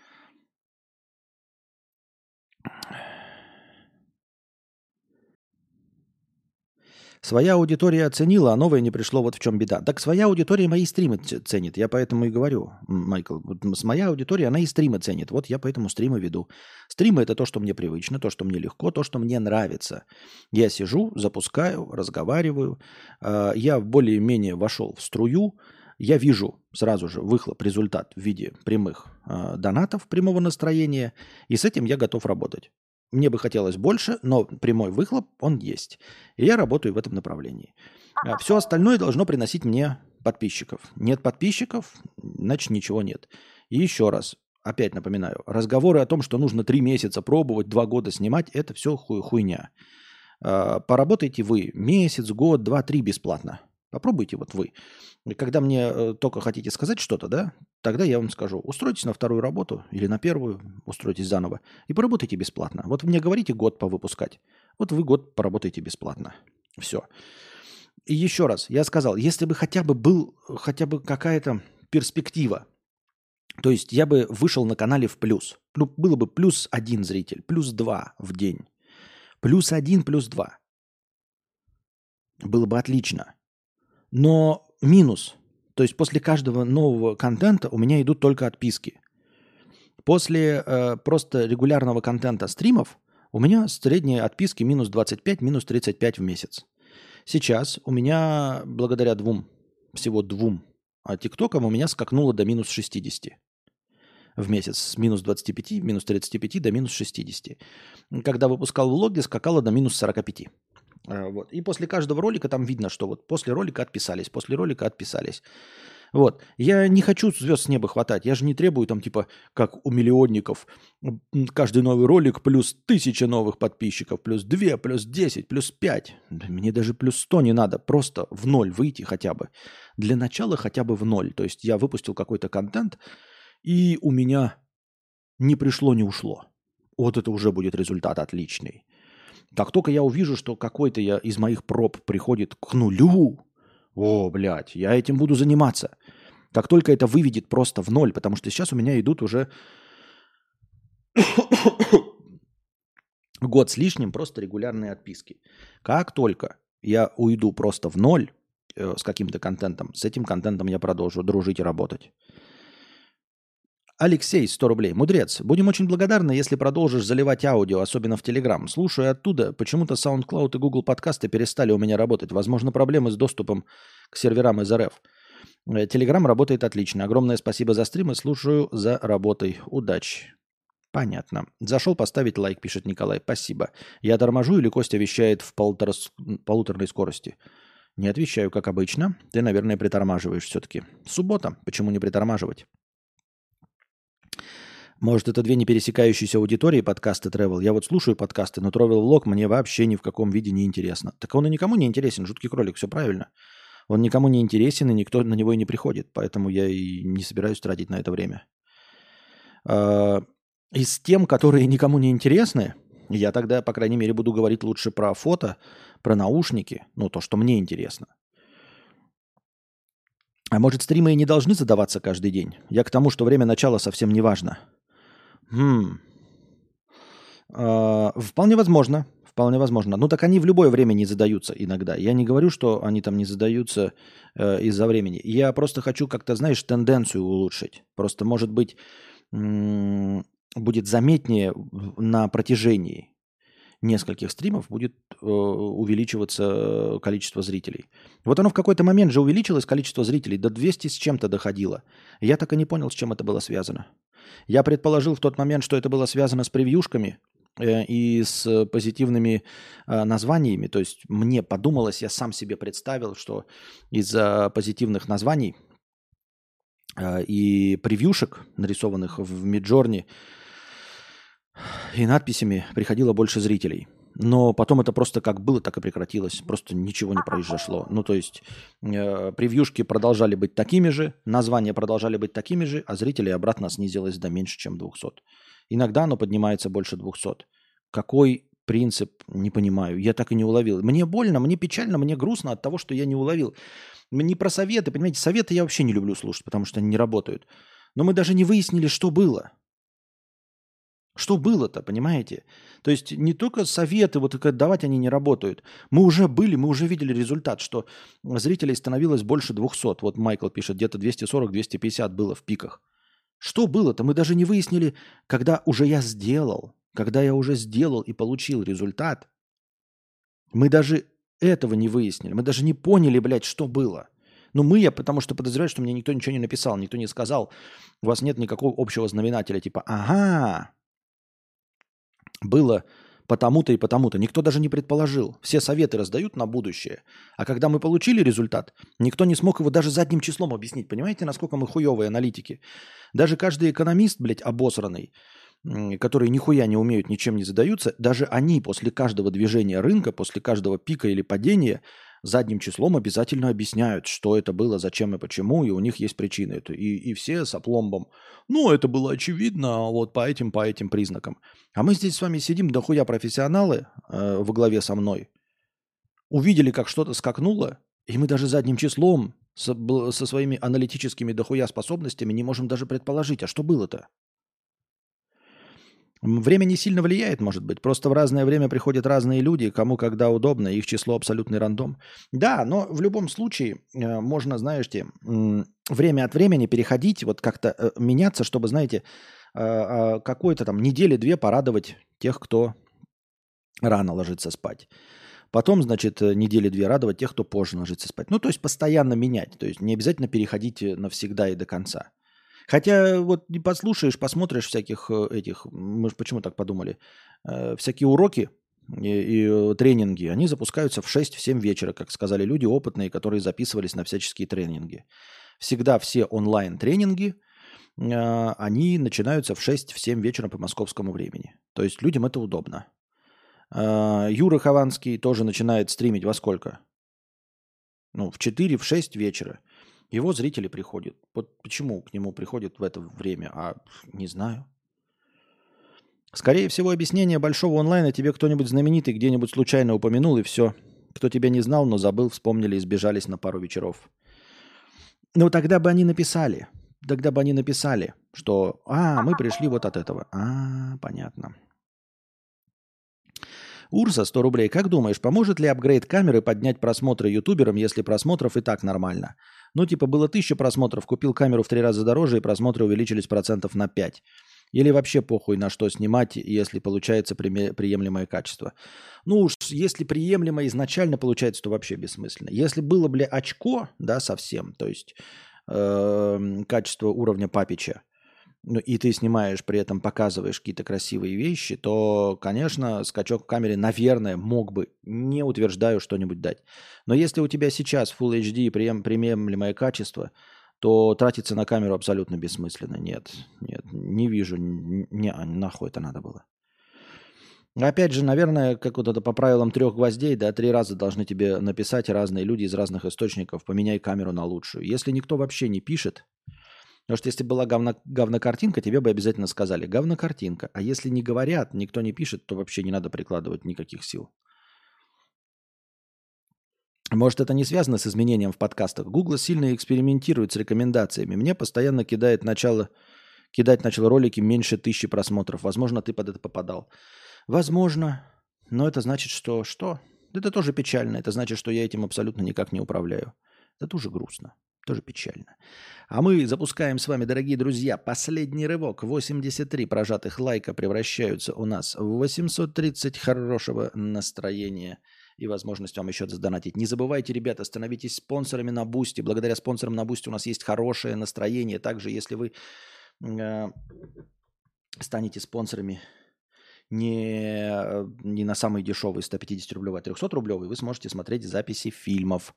Своя аудитория оценила, а новое не пришло, вот в чем беда. Так своя аудитория мои стримы ценит, я поэтому и говорю, Майкл. Вот моя аудитория, она и стримы ценит, вот я поэтому стримы веду. Стримы – это то, что мне привычно, то, что мне легко, то, что мне нравится. Я сижу, запускаю, разговариваю, я более-менее вошел в струю, я вижу сразу же выхлоп, результат в виде прямых донатов, прямого настроения, и с этим я готов работать. Мне бы хотелось больше, но прямой выхлоп, он есть. И я работаю в этом направлении. Все остальное должно приносить мне подписчиков. Нет подписчиков, значит ничего нет. И еще раз, опять напоминаю, разговоры о том, что нужно 3 месяца пробовать, 2 года снимать, это все хуйня. Поработайте вы месяц, год, 2, 3 бесплатно. Попробуйте вот вы. Когда мне только хотите сказать что-то, да, тогда я вам скажу, устройтесь на вторую работу или на первую, устройтесь заново и поработайте бесплатно. Вот вы мне говорите год повыпускать, вот вы год поработаете бесплатно. Все. И еще раз, я сказал, если бы хотя бы какая-то перспектива, то есть я бы вышел на канале в плюс, ну, было бы +1 зритель, +2 в день, +1, +2. Было бы отлично. Но минус. То есть после каждого нового контента у меня идут только отписки. После просто регулярного контента стримов у меня средние отписки -25, -35 в месяц. Сейчас у меня благодаря всего двум тиктокам у меня скакнуло до -60 в месяц. С -25, -35 до -60. Когда выпускал влоги, скакало до -45. Вот. И после каждого ролика там видно, что вот после ролика отписались, после ролика отписались. Вот. Я не хочу звезд с неба хватать. Я же не требую там типа, как у миллионников, каждый новый ролик +1000 новых подписчиков, +2, +10, +5. Мне даже +100 не надо. Просто в ноль выйти хотя бы. Для начала хотя бы в ноль. То есть я выпустил какой-то контент, и у меня не пришло, не ушло. Вот это уже будет результат отличный. Как только я увижу, что какой-то из моих проб приходит к нулю, блядь, я этим буду заниматься. Как только это выведет просто в ноль, потому что сейчас у меня идут уже год с лишним просто регулярные отписки. Как только я уйду просто в ноль с каким-то контентом, с этим контентом я продолжу дружить и работать. Алексей, 100 рублей. Мудрец, будем очень благодарны, если продолжишь заливать аудио, особенно в Telegram. Слушаю оттуда. Почему-то SoundCloud и Google подкасты перестали у меня работать. Возможно, проблемы с доступом к серверам из РФ. Telegram работает отлично. Огромное спасибо за стрим и слушаю за работой. Удачи. Понятно. Зашел поставить лайк, пишет Николай. Спасибо. Я торможу или Костя вещает в полуторной скорости? Не отвечаю, как обычно. Ты, наверное, притормаживаешь все-таки. Суббота. Почему не притормаживать? Может, это две не пересекающиеся аудитории, подкасты travel. Я вот слушаю подкасты, но travel влог мне вообще ни в каком виде не интересно. Так он и никому не интересен, жуткий кролик, все правильно. Он никому не интересен, и никто на него и не приходит. Поэтому я и не собираюсь тратить на это время. Из тем, которые никому не интересны, я тогда, по крайней мере, буду говорить лучше про фото, про наушники, ну, то, что мне интересно. А может, стримы и не должны задаваться каждый день? Я к тому, что время начала совсем не важно. Вполне возможно. Вполне возможно. Ну так они в любое время не задаются иногда. Я не говорю, что они там не задаются из-за времени. Я просто хочу как-то, знаешь, тенденцию улучшить. Просто, может быть, будет заметнее на протяжении нескольких стримов будет увеличиваться количество зрителей. Вот оно в какой-то момент же увеличилось, количество зрителей, до 200 с чем-то доходило. Я так и не понял, с чем это было связано. Я предположил в тот момент, что это было связано с превьюшками и с позитивными названиями. То есть мне подумалось, я сам себе представил, что из-за позитивных названий и превьюшек, нарисованных в Миджорни, и надписями приходило больше зрителей. Но потом это просто как было, так и прекратилось. Просто ничего не произошло. Ну, то есть превьюшки продолжали быть такими же, названия продолжали быть такими же, а зрителей обратно снизилось до меньше, чем 200. Иногда оно поднимается больше 200. Какой принцип, не понимаю. Я так и не уловил. Мне больно, мне печально, мне грустно от того, что я не уловил. Не про советы, понимаете, советы я вообще не люблю слушать, потому что они не работают. Но мы даже не выяснили, что было. Что было-то, понимаете? То есть не только советы вот давать они не работают. Мы уже были, мы уже видели результат, что зрителей становилось больше 200. Вот Майкл пишет, где-то 240-250 было в пиках. Что было-то? Мы даже не выяснили, когда я уже сделал и получил результат. Мы даже этого не выяснили. Мы даже не поняли, блядь, что было. Ну, я потому что подозреваю, что мне никто ничего не написал, никто не сказал. У вас нет никакого общего знаменателя. Типа, ага, было потому-то и потому-то. Никто даже не предположил. Все советы раздают на будущее. А когда мы получили результат, никто не смог его даже задним числом объяснить. Понимаете, насколько мы хуевые аналитики? Даже каждый экономист, блядь, обосранный, которые нихуя не умеют, ничем не задаются, даже они после каждого движения рынка, после каждого пика или падения задним числом обязательно объясняют, что это было, зачем и почему, и у них есть причины. И все с опломбом. Ну, это было очевидно вот по этим признакам. А мы здесь с вами сидим, дохуя профессионалы во главе со мной. Увидели, как что-то скакнуло, и мы даже задним числом со своими аналитическими дохуя способностями не можем даже предположить, а что было-то? Время не сильно влияет, может быть. Просто в разное время приходят разные люди, кому когда удобно, их число абсолютный рандом. Да, но в любом случае можно, знаете, время от времени переходить, вот как-то меняться, чтобы, знаете, какой-то там недели-две порадовать тех, кто рано ложится спать. Потом, значит, недели-две радовать тех, кто позже ложится спать. Ну, то есть постоянно менять. То есть не обязательно переходить навсегда и до конца. Хотя вот не послушаешь, посмотришь всяких этих, мы же почему так подумали, всякие уроки и тренинги, они запускаются в 6-7 вечера, как сказали люди опытные, которые записывались на всяческие тренинги. Всегда все онлайн-тренинги, они начинаются в 6-7 вечера по московскому времени. То есть людям это удобно. Юра Хованский тоже начинает стримить во сколько? Ну, в 4, в 6 вечера. Его зрители приходят. Вот почему к нему приходят в это время? Не знаю. Скорее всего, объяснение большого онлайна тебе кто-нибудь знаменитый где-нибудь случайно упомянул, и все. Кто тебя не знал, но забыл, вспомнили и сбежались на пару вечеров. Ну, тогда бы они написали. Что мы пришли вот от этого. Понятно. Урса, 100 рублей. Как думаешь, поможет ли апгрейд камеры поднять просмотры ютуберам, если просмотров и так нормально? Ну, типа, было 1000 просмотров, купил камеру в 3 раза дороже, и просмотры увеличились процентов на 5. Или вообще похуй на что снимать, если получается приемлемое качество. Ну уж, если приемлемо изначально получается, то вообще бессмысленно. Если было, бля, очко, да, совсем, то есть качество уровня Папича, ну, и ты снимаешь, при этом показываешь какие-то красивые вещи, то, конечно, скачок в камере, наверное, мог бы, не утверждаю, что-нибудь дать. Но если у тебя сейчас Full HD и приемлемое качество, то тратиться на камеру абсолютно бессмысленно. Нет, нет, не вижу, нахуй это надо было. Опять же, наверное, как вот это по правилам 3 гвоздей, да, 3 раза должны тебе написать разные люди из разных источников, поменяй камеру на лучшую. Если никто вообще не пишет, потому что если была говнокартинка, тебе бы обязательно сказали говнокартинка. А если не говорят, никто не пишет, то вообще не надо прикладывать никаких сил. Может, это не связано с изменением в подкастах. Google сильно экспериментирует с рекомендациями. Мне постоянно кидать начало ролики меньше 1000 просмотров. Возможно, ты под это попадал. Возможно. Но это значит, что... Что? Это тоже печально. Это значит, что я этим абсолютно никак не управляю. Это тоже грустно. Тоже печально. А мы запускаем с вами, дорогие друзья, последний рывок. 83 прожатых лайка превращаются у нас в 830 хорошего настроения и возможность вам еще задонатить. Не забывайте, ребята, становитесь спонсорами на Бусти. Благодаря спонсорам на Бусти у нас есть хорошее настроение. Также, если вы станете спонсорами не на самый дешевый 150-рублевый, а 300-рублевый, вы сможете смотреть записи фильмов.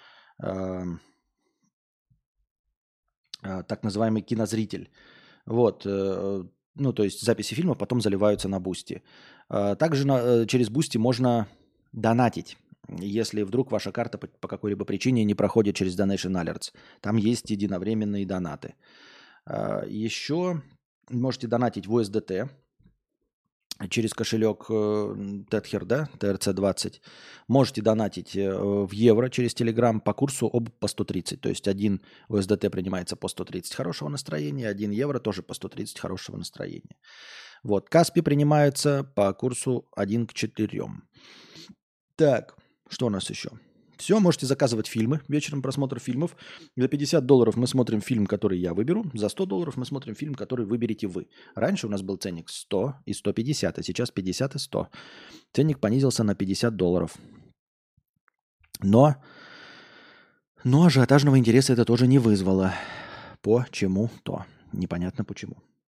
Так называемый кинозритель. Вот. Ну, то есть записи фильмов потом заливаются на Бусти. Также через Бусти можно донатить, если вдруг ваша карта по какой-либо причине не проходит через Donation Alerts. Там есть единовременные донаты. Еще можете донатить в USDT через кошелек Tether, да, TRC20. Можете донатить в евро через Telegram по курсу по 130. То есть 1 USDT принимается по 130 хорошего настроения, 1 евро тоже по 130 хорошего настроения. Вот. Каспи принимается по курсу 1 к 4. Так, что у нас еще? Все, можете заказывать фильмы, вечером просмотр фильмов. За $50 мы смотрим фильм, который я выберу. За $100 мы смотрим фильм, который выберете вы. Раньше у нас был ценник 100 и 150, а сейчас 50 и 100. Ценник понизился на $50. Но ажиотажного интереса это тоже не вызвало. Почему-то. Непонятно почему.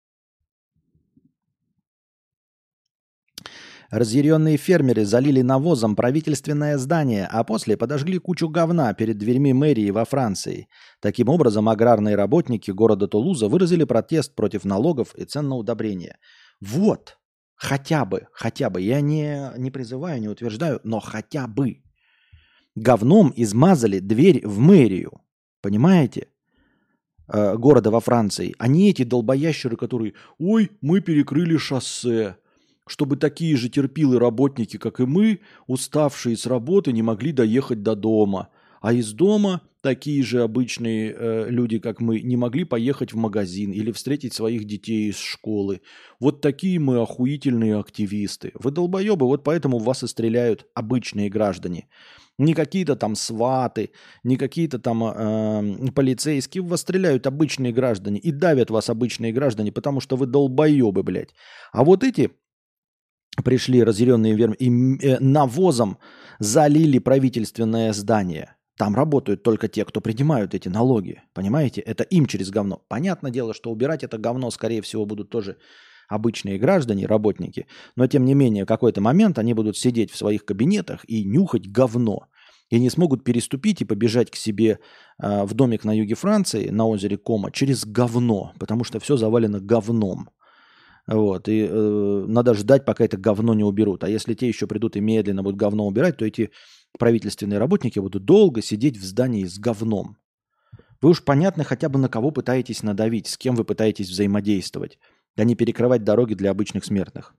Разъяренные фермеры залили навозом правительственное здание, а после подожгли кучу говна перед дверьми мэрии во Франции. Таким образом, аграрные работники города Тулуза выразили протест против налогов и цен на удобрения. Вот, хотя бы, я не призываю, не утверждаю, но хотя бы. Говном измазали дверь в мэрию, понимаете? Города во Франции. А не эти долбоящеры, которые, ой, мы перекрыли шоссе. Чтобы такие же терпилы работники, как и мы, уставшие с работы, не могли доехать до дома. А из дома такие же обычные люди, как мы, не могли поехать в магазин или встретить своих детей из школы. Вот такие мы охуительные активисты. Вы долбоебы, вот поэтому в вас и стреляют обычные граждане. Не какие-то там сваты, не какие-то там полицейские. В вас стреляют обычные граждане и давят вас обычные граждане, потому что вы долбоебы, блядь. А вот эти... Пришли разъяренные вермы и навозом залили правительственное здание. Там работают только те, кто принимают эти налоги. Понимаете? Это им через говно. Понятное дело, что убирать это говно, скорее всего, будут тоже обычные граждане, работники. Но, тем не менее, в какой-то момент они будут сидеть в своих кабинетах и нюхать говно. И не смогут переступить и побежать к себе в домик на юге Франции, на озере Кома, через говно. Потому что все завалено говном. Вот, и надо ждать, пока это говно не уберут. А если те еще придут и медленно будут говно убирать, то эти правительственные работники будут долго сидеть в здании с говном. Вы уж понятно хотя бы на кого пытаетесь надавить, с кем вы пытаетесь взаимодействовать, а не перекрывать дороги для обычных смертных.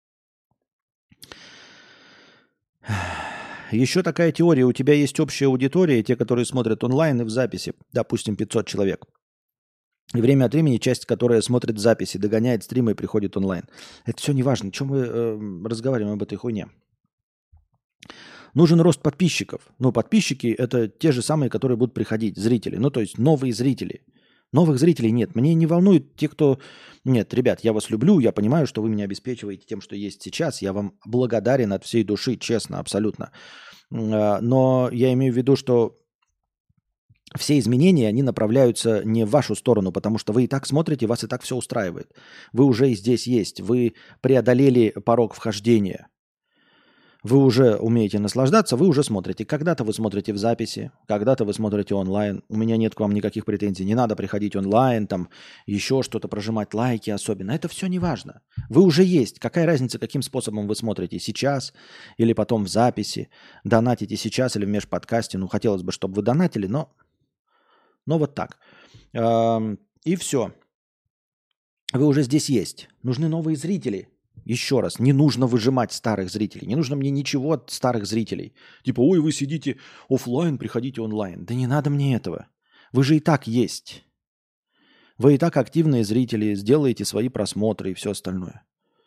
Еще такая теория. У тебя есть общая аудитория, те, которые смотрят онлайн и в записи, допустим, 500 человек. И время от времени часть, которая смотрит записи, догоняет стримы и приходит онлайн. Это все не важно. Чем мы разговариваем об этой хуйне? Нужен рост подписчиков. Ну, подписчики – это те же самые, которые будут приходить, зрители. Ну, то есть новые зрители. Новых зрителей нет. Мне не волнует те, кто... Нет, ребят, я вас люблю, я понимаю, что вы меня обеспечиваете тем, что есть сейчас. Я вам благодарен от всей души, честно, абсолютно. Но я имею в виду, что все изменения, они направляются не в вашу сторону, потому что вы и так смотрите, вас и так все устраивает. Вы уже здесь есть, вы преодолели порог вхождения. вы уже умеете наслаждаться, вы уже смотрите. Когда-то вы смотрите в записи, когда-то вы смотрите онлайн. У меня нет к вам никаких претензий. Не надо приходить онлайн, там еще что-то, прожимать лайки особенно. Это все не важно. Вы уже есть. Какая разница, каким способом вы смотрите? Сейчас или потом в записи? Донатите сейчас или в межподкасте? Ну, хотелось бы, чтобы вы донатили, но вот так. И все. Вы уже здесь есть. Нужны новые зрители. Еще раз, не нужно выжимать старых зрителей. Не нужно мне ничего от старых зрителей. Типа, ой, вы сидите офлайн, приходите онлайн. Да не надо мне этого. Вы же и так есть. Вы и так активные зрители, сделаете свои просмотры и все остальное.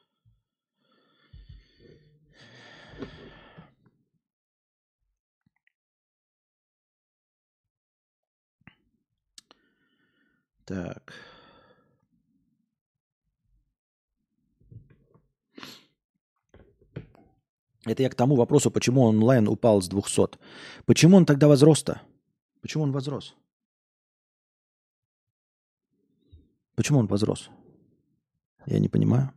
Так. Это я к тому вопросу, почему онлайн упал с 200. Почему он тогда возрос-то? Почему он возрос? Почему он возрос? Я не понимаю.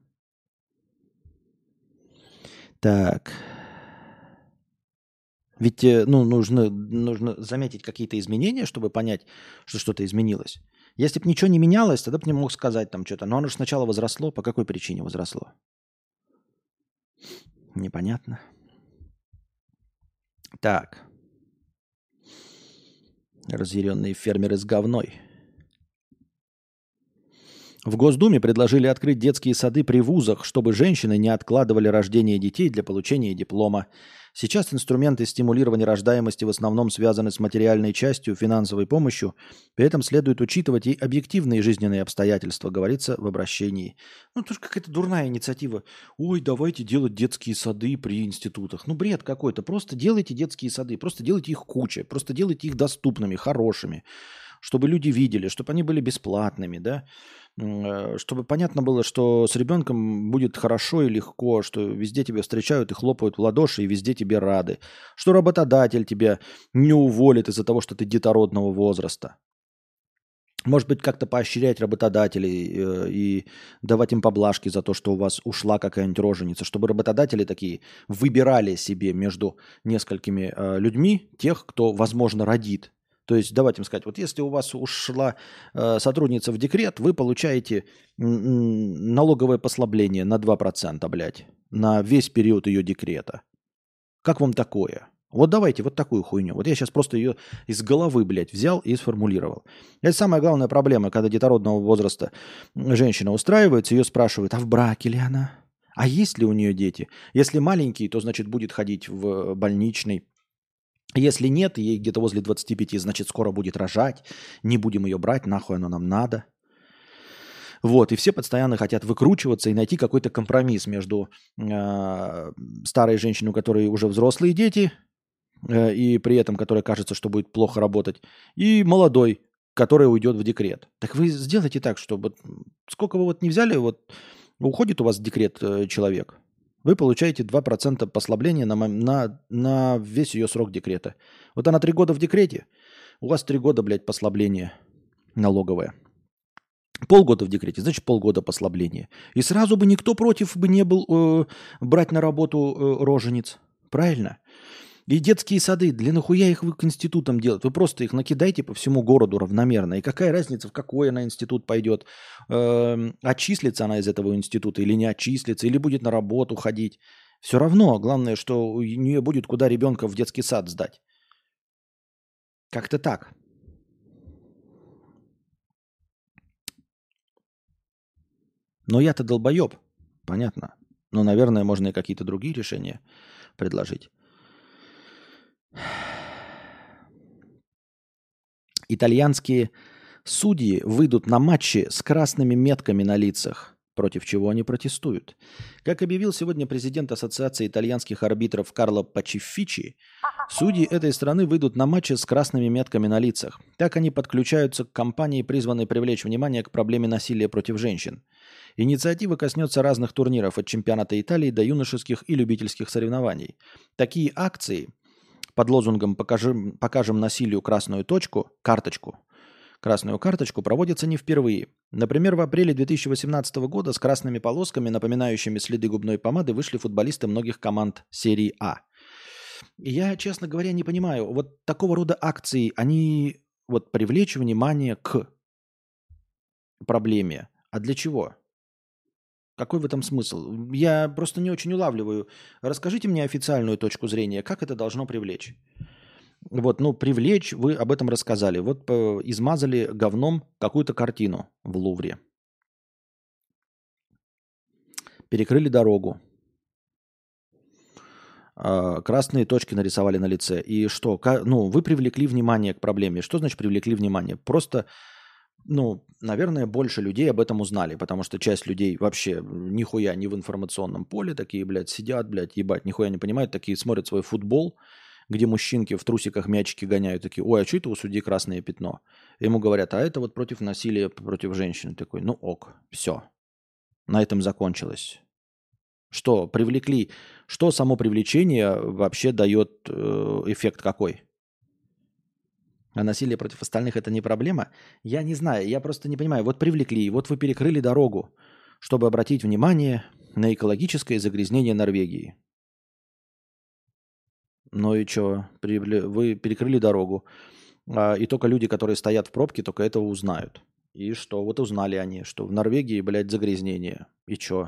Так. Ведь нужно заметить какие-то изменения, чтобы понять, что что-то изменилось. Если бы ничего не менялось, тогда бы не мог сказать там что-то. Но оно же сначала возросло. По какой причине возросло? Непонятно. Так. Разъяренные фермеры с говной. В Госдуме предложили открыть детские сады при вузах, чтобы женщины не откладывали рождение детей для получения диплома. Сейчас инструменты стимулирования рождаемости в основном связаны с материальной частью, финансовой помощью. При этом следует учитывать и объективные жизненные обстоятельства, говорится в обращении. Ну, это же какая-то дурная инициатива. Ой, давайте делать детские сады при институтах. Ну, бред какой-то. Просто делайте детские сады, просто делайте их куча, просто делайте их доступными, хорошими, чтобы люди видели, чтобы они были бесплатными, да, чтобы понятно было, что с ребенком будет хорошо и легко, что везде тебя встречают и хлопают в ладоши, и везде тебе рады, что работодатель тебя не уволит из-за того, что ты детородного возраста. Может быть, как-то поощрять работодателей и давать им поблажки за то, что у вас ушла какая-нибудь роженица, чтобы работодатели такие выбирали себе между несколькими людьми тех, кто, возможно, родит. То есть давайте им сказать, вот если у вас ушла сотрудница в декрет, вы получаете налоговое послабление на 2%, блядь, на весь период ее декрета. Как вам такое? Вот давайте вот такую хуйню. Вот я сейчас просто ее из головы, блядь, взял и сформулировал. Это самая главная проблема, когда детородного возраста женщина устраивается, ее спрашивают, а в браке ли она? А есть ли у нее дети? Если маленький, то, значит, будет ходить в больничный. Если нет, ей где-то возле 25, значит, скоро будет рожать. Не будем ее брать, нахуй оно нам надо. Вот, и все постоянно хотят выкручиваться и найти какой-то компромисс между старой женщиной, у которой уже взрослые дети, и при этом, которая кажется, что будет плохо работать, и молодой, который уйдет в декрет. Так вы сделайте так, чтобы сколько вы вот не взяли, вот уходит у вас в декрет человек, вы получаете 2% послабления на весь ее срок декрета. Вот она 3 года в декрете, у вас 3 года, блядь, послабление налоговое. Полгода в декрете, значит, полгода послабления. И сразу бы никто против бы не был брать на работу рожениц. Правильно? И детские сады, для нахуя их вы к институтам делать? Вы просто их накидайте по всему городу равномерно. И какая разница, в какой она институт пойдет? Отчислится она из этого института или не отчислится? Или будет на работу ходить? Все равно. Главное, что у нее будет куда ребенка в детский сад сдать. Как-то так. Но я-то долбоеб. Понятно. Но, наверное, можно и какие-то другие решения предложить. Итальянские судьи выйдут на матчи с красными метками на лицах, против чего они протестуют. Как объявил сегодня президент Ассоциации итальянских арбитров Карло Пачифичи, судьи этой страны выйдут на матчи с красными метками на лицах. Так они подключаются к кампании, призванной привлечь внимание к проблеме насилия против женщин. Инициатива коснется разных турниров от чемпионата Италии до юношеских и любительских соревнований. Такие акции под лозунгом «Покажем насилию красную точку», карточку, красную карточку, проводится не впервые. Например, в апреле 2018 года с красными полосками, напоминающими следы губной помады, вышли футболисты многих команд серии А. И я, честно говоря, не понимаю, вот такого рода акции, они вот привлечь внимание к проблеме. А для чего? Какой в этом смысл? Я просто не очень улавливаю. Расскажите мне официальную точку зрения, как это должно привлечь. Вот, ну, привлечь, вы об этом рассказали. Вот измазали говном какую-то картину в Лувре. Перекрыли дорогу. Красные точки нарисовали на лице. И что? Ну, вы привлекли внимание к проблеме. Что значит привлекли внимание? Просто, ну, наверное, больше людей об этом узнали, потому что часть людей вообще нихуя не в информационном поле, такие, блядь, сидят, блядь, ебать, нихуя не понимают, такие смотрят свой футбол, где мужчинки в трусиках мячики гоняют, такие, ой, а что это у судьи красное пятно? Ему говорят, а это вот против насилия против женщин. Такой, ну ок, все, на этом закончилось. Что привлекли, что само привлечение вообще дает эффект какой? А насилие против остальных это не проблема? Я не знаю, я просто не понимаю. Вот привлекли, вот вы перекрыли дорогу, чтобы обратить внимание на экологическое загрязнение Норвегии. Ну и что? Вы перекрыли дорогу, и только люди, которые стоят в пробке, только этого узнают. И что? Вот узнали они, что в Норвегии, блядь, загрязнение. И что?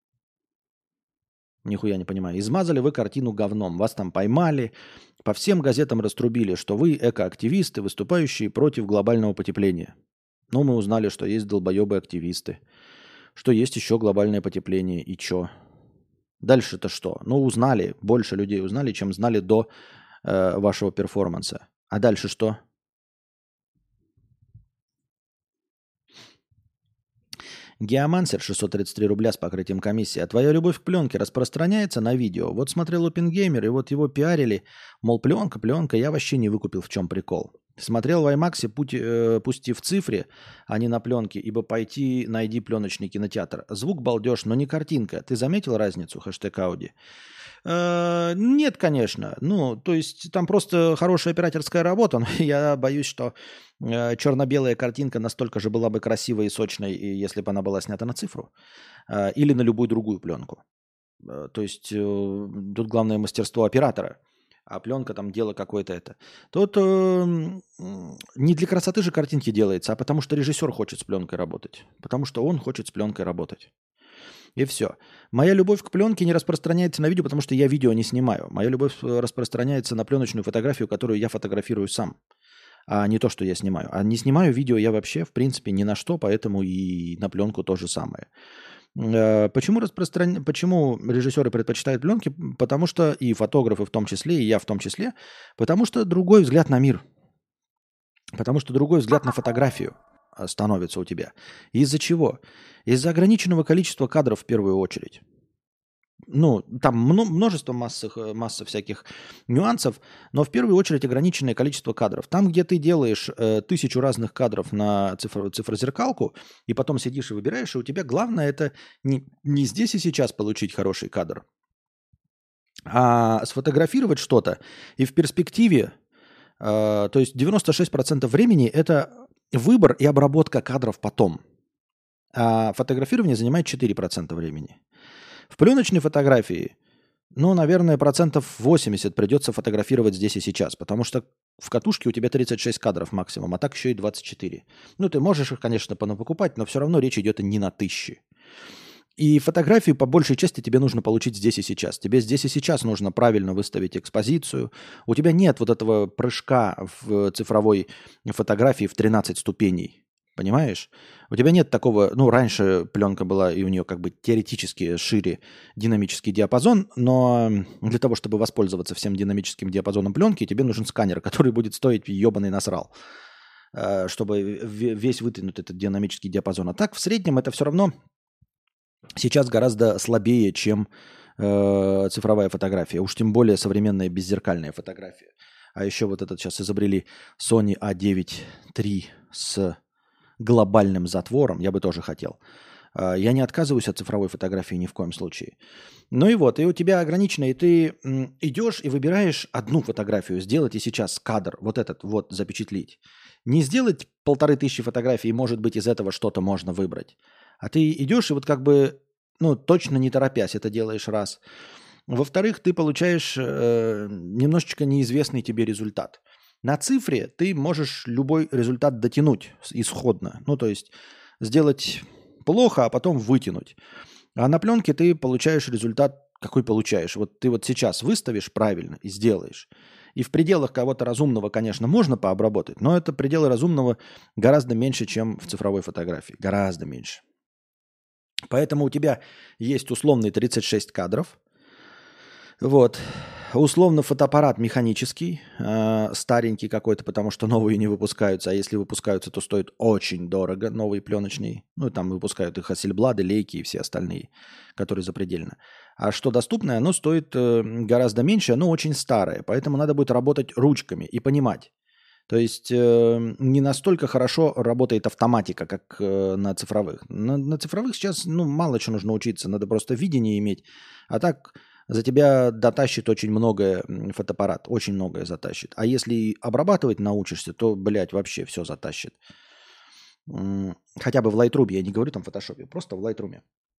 Нихуя не понимаю. Измазали вы картину говном, вас там поймали, по всем газетам раструбили, что вы экоактивисты, выступающие против глобального потепления. Но мы узнали, что есть долбоебы-активисты, что есть еще глобальное потепление. И чё? Дальше-то что? Ну, узнали, больше людей узнали, чем знали до вашего перформанса. А дальше что? Геомансер 633 рубля с покрытием комиссии. А твоя любовь к пленке распространяется на видео? Вот смотрел OpenGamer, и вот его пиарили. Мол, пленка, я вообще не выкупил, в чем прикол. Смотрел в IMAX, пусть и в цифре, а не на пленке, ибо пойти найди пленочный кинотеатр. Звук балдеж, но не картинка. Ты заметил разницу? Хэштег Ауди. Нет, конечно. Ну, то есть там просто хорошая операторская работа, но я боюсь, что черно-белая картинка настолько же была бы красивой и сочной, если бы она была снята на цифру или на любую другую пленку. То есть тут главное мастерство оператора, а пленка там дело какое-то это. Тут не для красоты же картинки делается, а потому что режиссер хочет с пленкой работать, потому что он хочет с пленкой работать. И все. Моя любовь к пленке не распространяется на видео, потому что я видео не снимаю. Моя любовь распространяется на пленочную фотографию, которую я фотографирую сам, а не то, что я снимаю. А не снимаю видео я вообще, в принципе, ни на что, поэтому и на пленку то же самое. Почему режиссеры предпочитают пленки? Потому что и фотографы в том числе, и я в том числе, потому что другой взгляд на мир. Потому что другой взгляд на фотографию становится у тебя. Из-за чего? Из-за ограниченного количества кадров в первую очередь. Ну, там множество масса всяких нюансов, но в первую очередь ограниченное количество кадров. Там, где ты делаешь 1000 разных кадров на цифрозеркалку, и потом сидишь и выбираешь, и у тебя главное это не здесь и сейчас получить хороший кадр, а сфотографировать что-то, и в перспективе, то есть 96% времени это выбор и обработка кадров потом. А фотографирование занимает 4% времени. В пленочной фотографии, ну, наверное, 80% придется фотографировать здесь и сейчас, потому что в катушке у тебя 36 кадров максимум, а так еще и 24. Ну, ты можешь их, конечно, понапокупать, но все равно речь идет не на 1000. И фотографию по большей части тебе нужно получить здесь и сейчас. Тебе здесь и сейчас нужно правильно выставить экспозицию. У тебя нет вот этого прыжка в цифровой фотографии в 13 ступеней. Понимаешь? У тебя нет такого, ну, раньше пленка была, и у нее как бы теоретически шире динамический диапазон, но для того, чтобы воспользоваться всем динамическим диапазоном пленки, тебе нужен сканер, который будет стоить ебаный насрал, чтобы весь вытянуть этот динамический диапазон. А так, в среднем это все равно сейчас гораздо слабее, чем цифровая фотография. Уж тем более современная беззеркальная фотография. А еще вот этот сейчас изобрели Sony A9 III с глобальным затвором, я бы тоже хотел. Я не отказываюсь от цифровой фотографии ни в коем случае. Ну и вот, и у тебя ограничено, и ты идешь и выбираешь одну фотографию, сделать и сейчас кадр, вот этот вот запечатлить. Не сделать 1500 фотографий, и, может быть, из этого что-то можно выбрать. А ты идешь и вот как бы, ну, точно не торопясь это делаешь раз. Во-вторых, ты получаешь немножечко неизвестный тебе результат. На цифре ты можешь любой результат дотянуть исходно. Ну, то есть сделать плохо, а потом вытянуть. А на пленке ты получаешь результат, какой получаешь. Вот ты вот сейчас выставишь правильно и сделаешь. И в пределах кого-то разумного, конечно, можно пообработать, но это пределы разумного гораздо меньше, чем в цифровой фотографии. Гораздо меньше. Поэтому у тебя есть условный 36 кадров. Вот. Условно фотоаппарат механический, старенький какой-то, потому что новые не выпускаются, а если выпускаются, то стоит очень дорого, новые пленочные. Ну, там выпускают их Hasselblad, Leica и все остальные, которые запредельно. А что доступное, оно стоит гораздо меньше, оно очень старое, поэтому надо будет работать ручками и понимать. То есть не настолько хорошо работает автоматика, как на цифровых. На цифровых сейчас мало чего нужно учиться, надо просто видение иметь. А так за тебя дотащит очень многое фотоаппарат, очень многое затащит. А если обрабатывать научишься, то, блядь, вообще все затащит. Хотя бы в Lightroom, я не говорю там в Photoshop, просто в Lightroom.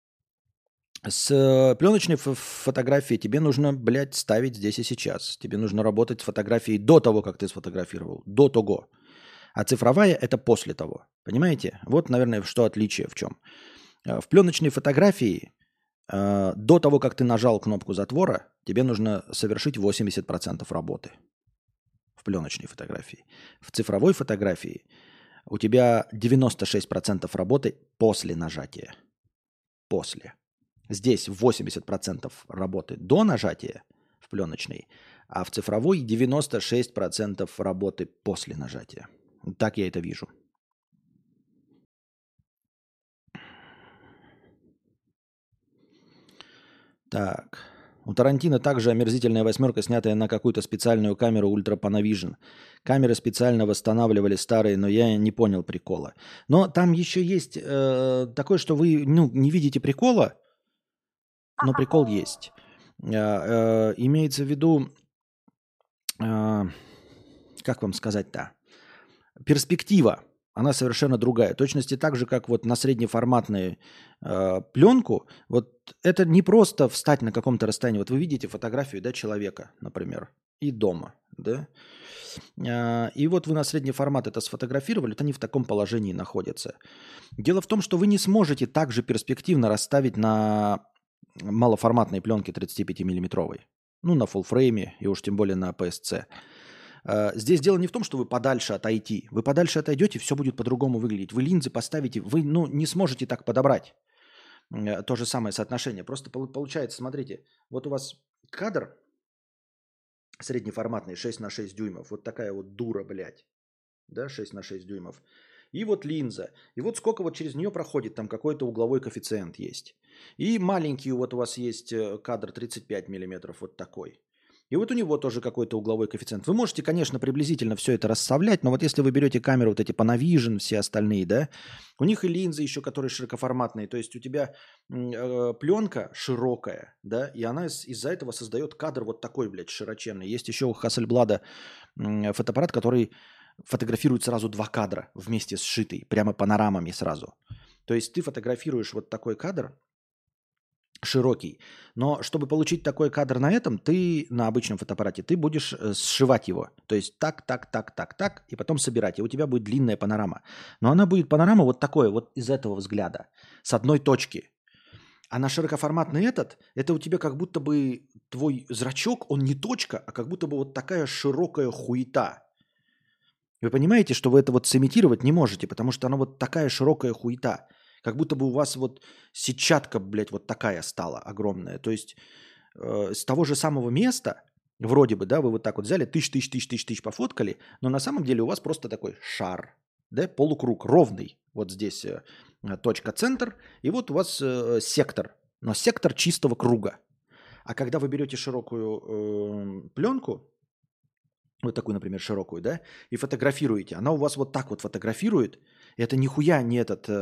С пленочной фотографией тебе нужно, блядь, ставить здесь и сейчас. Тебе нужно работать с фотографией до того, как ты сфотографировал, до того. А цифровая – это после того. Понимаете? Вот, наверное, что отличие в чем. В пленочной фотографии до того, как ты нажал кнопку затвора, тебе нужно совершить 80% работы в пленочной фотографии. В цифровой фотографии у тебя 96% работы после нажатия. После. Здесь 80% работы до нажатия в пленочной, а в цифровой 96% работы после нажатия. Так я это вижу. Так. У Тарантино также омерзительная восьмерка, снятая на какую-то специальную камеру Ultra Panavision. Камеры специально восстанавливали старые, но я не понял прикола. Но там еще есть такое, что вы не видите прикола, но прикол есть. Имеется в виду, как вам сказать-то, перспектива. Она совершенно другая. В точности так же, как вот на среднеформатную пленку, вот это не просто встать на каком-то расстоянии. Вот вы видите фотографию, да, человека, например, и дома, да, и вот вы на средний формат это сфотографировали, вот они в таком положении находятся. Дело в том, что вы не сможете так же перспективно расставить на малоформатной пленке 35-миллиметровой, ну, на фуллфрейме и уж тем более на PSC. Здесь дело не в том, что вы подальше отойти. Вы подальше отойдете, все будет по-другому выглядеть. Вы линзы поставите, вы не сможете так подобрать то же самое соотношение. Просто получается, смотрите, вот у вас кадр среднеформатный 6 на 6 дюймов. Вот такая вот дура, блядь. Да, 6 на 6 дюймов. И вот линза. И вот сколько вот через нее проходит, там какой-то угловой коэффициент есть. И маленький вот у вас есть кадр 35 миллиметров, вот такой. И вот у него тоже какой-то угловой коэффициент. Вы можете, конечно, приблизительно все это расставлять, но вот если вы берете камеры вот эти Panavision, все остальные, да, у них и линзы еще, которые широкоформатные. То есть у тебя пленка широкая, да, и она из-за этого создает кадр вот такой, блядь, широченный. Есть еще у Hasselblad фотоаппарат, который фотографирует сразу два кадра вместе сшитый, прямо панорамами сразу. То есть ты фотографируешь вот такой кадр, широкий. Но чтобы получить такой кадр на этом, ты на обычном фотоаппарате, ты будешь сшивать его. То есть так, и потом собирать. И у тебя будет длинная панорама. Но она будет панорама вот такой, вот из этого взгляда, с одной точки. А на широкоформатный это у тебя как будто бы твой зрачок, он не точка, а как будто бы вот такая широкая хуета. Вы понимаете, что вы это вот сымитировать не можете, потому что она вот такая широкая хуета. Как будто бы у вас вот сетчатка, блядь, вот такая стала огромная. То есть с того же самого места, вроде бы, да, вы вот так вот взяли, тысяч пофоткали, но на самом деле у вас просто такой шар, да, полукруг, ровный. Вот здесь точка центр, и вот у вас сектор, но сектор чистого круга. А когда вы берете широкую пленку, вот такую, например, широкую, да, и фотографируете, она у вас вот так вот фотографирует, это нихуя не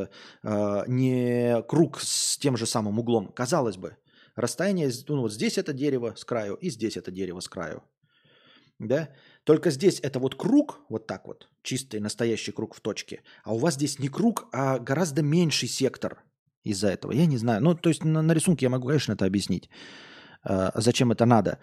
не круг с тем же самым углом. Казалось бы, расстояние, вот здесь это дерево с краю, и здесь это дерево с краю, да, Только здесь это вот круг, вот так вот, чистый настоящий круг в точке. А у вас здесь не круг, а гораздо меньший сектор из-за этого. Я не знаю. Ну, то есть на рисунке я могу, конечно, это объяснить, зачем это надо.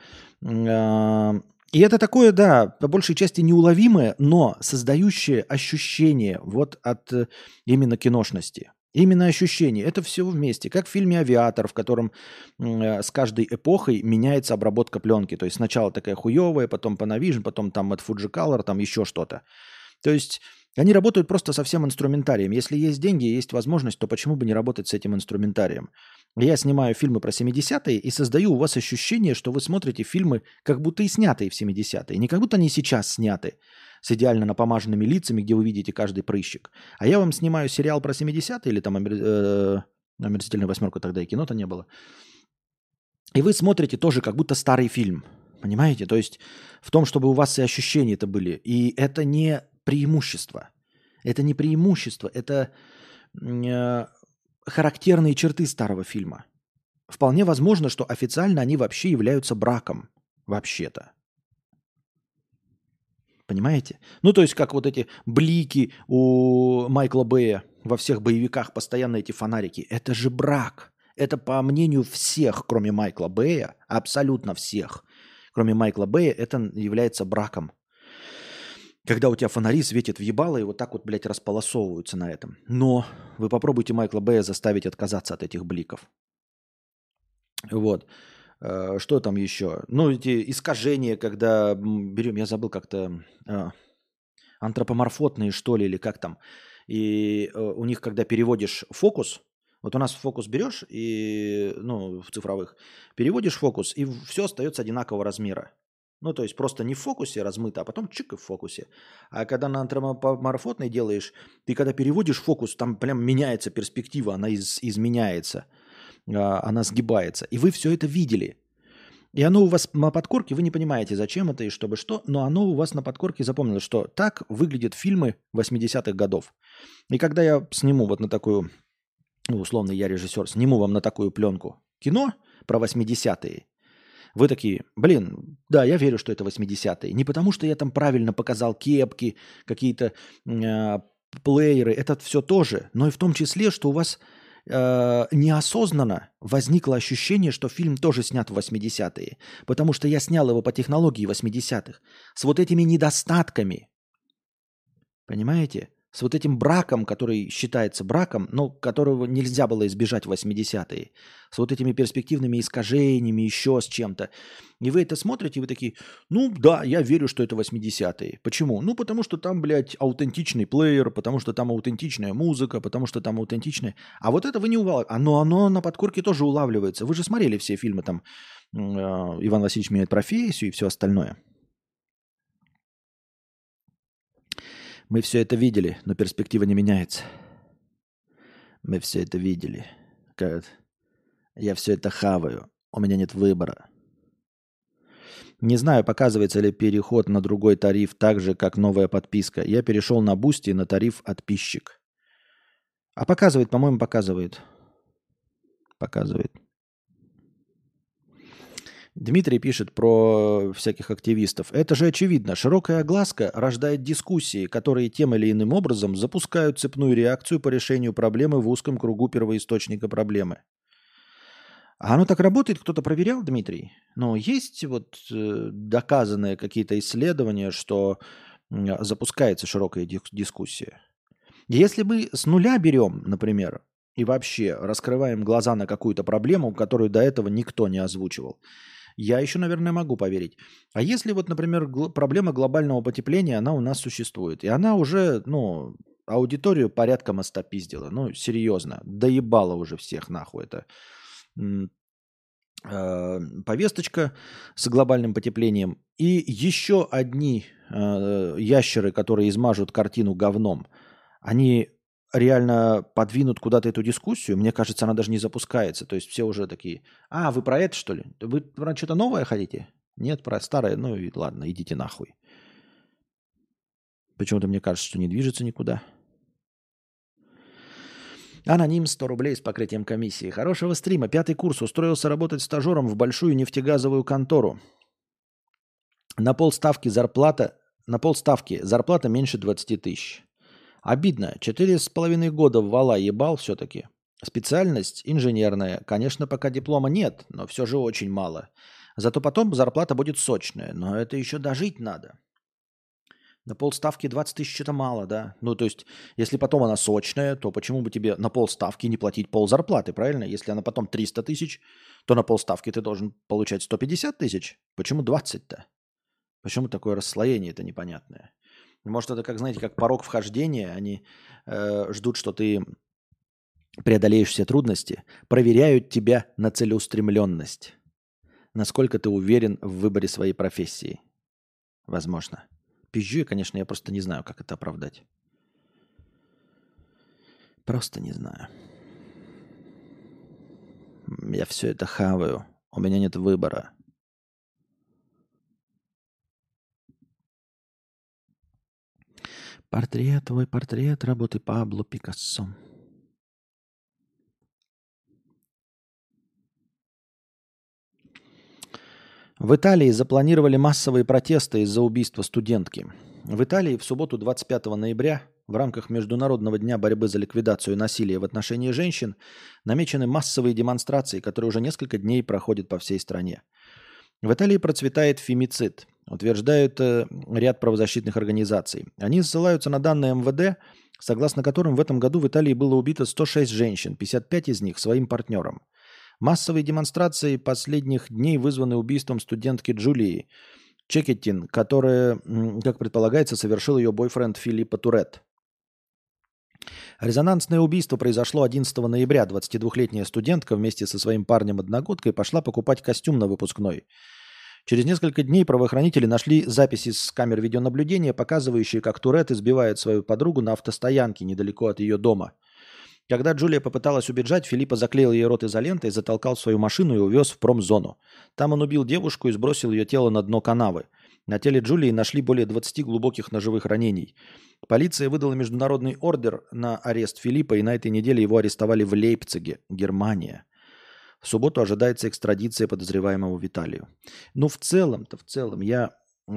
И это такое, да, по большей части неуловимое, но создающее ощущение вот от именно киношности. Именно ощущение. Это все вместе. Как в фильме «Авиатор», в котором с каждой эпохой меняется обработка пленки. То есть сначала такая хуевая, потом Panavision, потом там от Fujicolor, там еще что-то. То есть они работают просто со всем инструментарием. Если есть деньги, есть возможность, то почему бы не работать с этим инструментарием? Я снимаю фильмы про 70-е и создаю у вас ощущение, что вы смотрите фильмы, как будто и снятые в 70-е. Не как будто они сейчас сняты с идеально напомаженными лицами, где вы видите каждый прыщик. А я вам снимаю сериал про 70-е или там «Омерзительная восьмерка», тогда и кино-то не было. И вы смотрите тоже как будто старый фильм. Понимаете? То есть в том, чтобы у вас и ощущения-то были. И это не преимущество. Это не преимущество. Это характерные черты старого фильма. Вполне возможно, что официально они вообще являются браком. Вообще-то. Понимаете? Ну, то есть, как вот эти блики у Майкла Бэя во всех боевиках, постоянно эти фонарики. Это же брак. Это, по мнению всех, кроме Майкла Бэя, абсолютно всех, кроме Майкла Бэя, это является браком. Когда у тебя фонари светят в ебало и вот так вот, блядь, располосовываются на этом. Но вы попробуйте Майкла Бэя заставить отказаться от этих бликов. Вот. Что там еще? Ну, эти искажения, когда берем, я забыл как-то, антропоморфотные, что ли, или как там. И у них, когда переводишь фокус, вот у нас фокус берешь, и, ну, в цифровых, переводишь фокус, и все остается одинакового размера. Ну, то есть просто не в фокусе размыто, а потом чик и в фокусе. А когда на антропоморфотной делаешь, ты когда переводишь фокус, там прям меняется перспектива, она изменяется, она сгибается. И вы все это видели. И оно у вас на подкорке, вы не понимаете, зачем это и чтобы что, но оно у вас на подкорке запомнилось, что так выглядят фильмы 80-х годов. И когда я сниму вот на такую, ну, условно, я режиссер, сниму вам на такую пленку кино про 80-е, вы такие, блин, да, я верю, что это 80-е. Не потому, что я там правильно показал кепки, какие-то плееры, это все тоже, но и в том числе, что у вас неосознанно возникло ощущение, что фильм тоже снят в 80-е, потому что я снял его по технологии 80-х, с вот этими недостатками, понимаете? С вот этим браком, который считается браком, но которого нельзя было избежать в 80-е, с вот этими перспективными искажениями, еще с чем-то. И вы это смотрите, и вы такие, ну да, я верю, что это 80-е. Почему? Ну потому что там, блядь, аутентичный плеер, потому что там аутентичная музыка, потому что там аутентичная... А вот это вы не улавливаете. Оно на подкорке тоже улавливается. Вы же смотрели все фильмы там «Иван Васильевич меняет профессию» и все остальное. Мы все это видели, но перспектива не меняется. Мы все это видели. Я все это хаваю. У меня нет выбора. Не знаю, показывается ли переход на другой тариф так же, как новая подписка. Я перешел на Бусти на тариф подписчик. А показывает, по-моему, показывает. Показывает. Дмитрий пишет про всяких активистов. Это же очевидно. Широкая огласка рождает дискуссии, которые тем или иным образом запускают цепную реакцию по решению проблемы в узком кругу первоисточника проблемы. А оно так работает? Кто-то проверял, Дмитрий? Но есть вот доказанные какие-то исследования, что запускается широкая дискуссия. Если мы с нуля берем, например, и вообще раскрываем глаза на какую-то проблему, которую до этого никто не озвучивал, я еще, наверное, могу поверить. А если вот, например, проблема глобального потепления, она у нас существует, и она уже, ну, аудиторию порядком остопиздила, ну, серьезно, доебала уже всех нахуй это повесточка с глобальным потеплением, и еще одни ящеры, которые измажут картину говном, они реально подвинут куда-то эту дискуссию, мне кажется, она даже не запускается. То есть все уже такие, а, вы про это, что ли? Вы про что-то новое хотите? Нет, про старое, ну и ладно, идите нахуй. Почему-то мне кажется, что не движется никуда. Аноним 100 рублей с покрытием комиссии. Хорошего стрима. 5-й курс. Устроился работать стажером в большую нефтегазовую контору. На полставки зарплата меньше 20 тысяч. Обидно. 4,5 года в вала ебал все-таки. Специальность инженерная. Конечно, пока диплома нет, но все же очень мало. Зато потом зарплата будет сочная. Но это еще дожить надо. На полставки 20 тысяч это мало, да? Ну, то есть, если потом она сочная, то почему бы тебе на полставки не платить пол зарплаты, правильно? Если она потом 300 тысяч, то на полставки ты должен получать 150 тысяч. Почему 20-то? Почему такое расслоение это непонятное? Может, это, как, знаете, как порог вхождения. Они ждут, что ты преодолеешь все трудности, проверяют тебя на целеустремленность. Насколько ты уверен в выборе своей профессии. Возможно. Пизжу, конечно, я просто не знаю, как это оправдать. Просто не знаю. Я все это хаваю. У меня нет выбора. Портрет, твой портрет работы Пабло Пикассо. В Италии запланировали массовые протесты из-за убийства студентки. В Италии в субботу 25 ноября в рамках Международного дня борьбы за ликвидацию насилия в отношении женщин намечены массовые демонстрации, которые уже несколько дней проходят по всей стране. В Италии процветает фемицид, утверждают ряд правозащитных организаций. Они ссылаются на данные МВД, согласно которым в этом году в Италии было убито 106 женщин, 55 из них своим партнером. Массовые демонстрации последних дней вызваны убийством студентки Джулии Чекеттин, которая, как предполагается, совершил ее бойфренд Филиппо Туретт. Резонансное убийство произошло 11 ноября. 22-летняя студентка вместе со своим парнем-одногодкой пошла покупать костюм на выпускной. Через несколько дней правоохранители нашли записи с камер видеонаблюдения, показывающие, как Туретт избивает свою подругу на автостоянке недалеко от ее дома. Когда Джулия попыталась убежать, Филиппо заклеил ей рот изолентой, затолкал в свою машину и увез в промзону. Там он убил девушку и сбросил ее тело на дно канавы. На теле Джулии нашли более 20 глубоких ножевых ранений. Полиция выдала международный ордер на арест Филиппа, и на этой неделе его арестовали в Лейпциге, Германия. В субботу ожидается экстрадиция подозреваемого в Италию. Ну, в целом я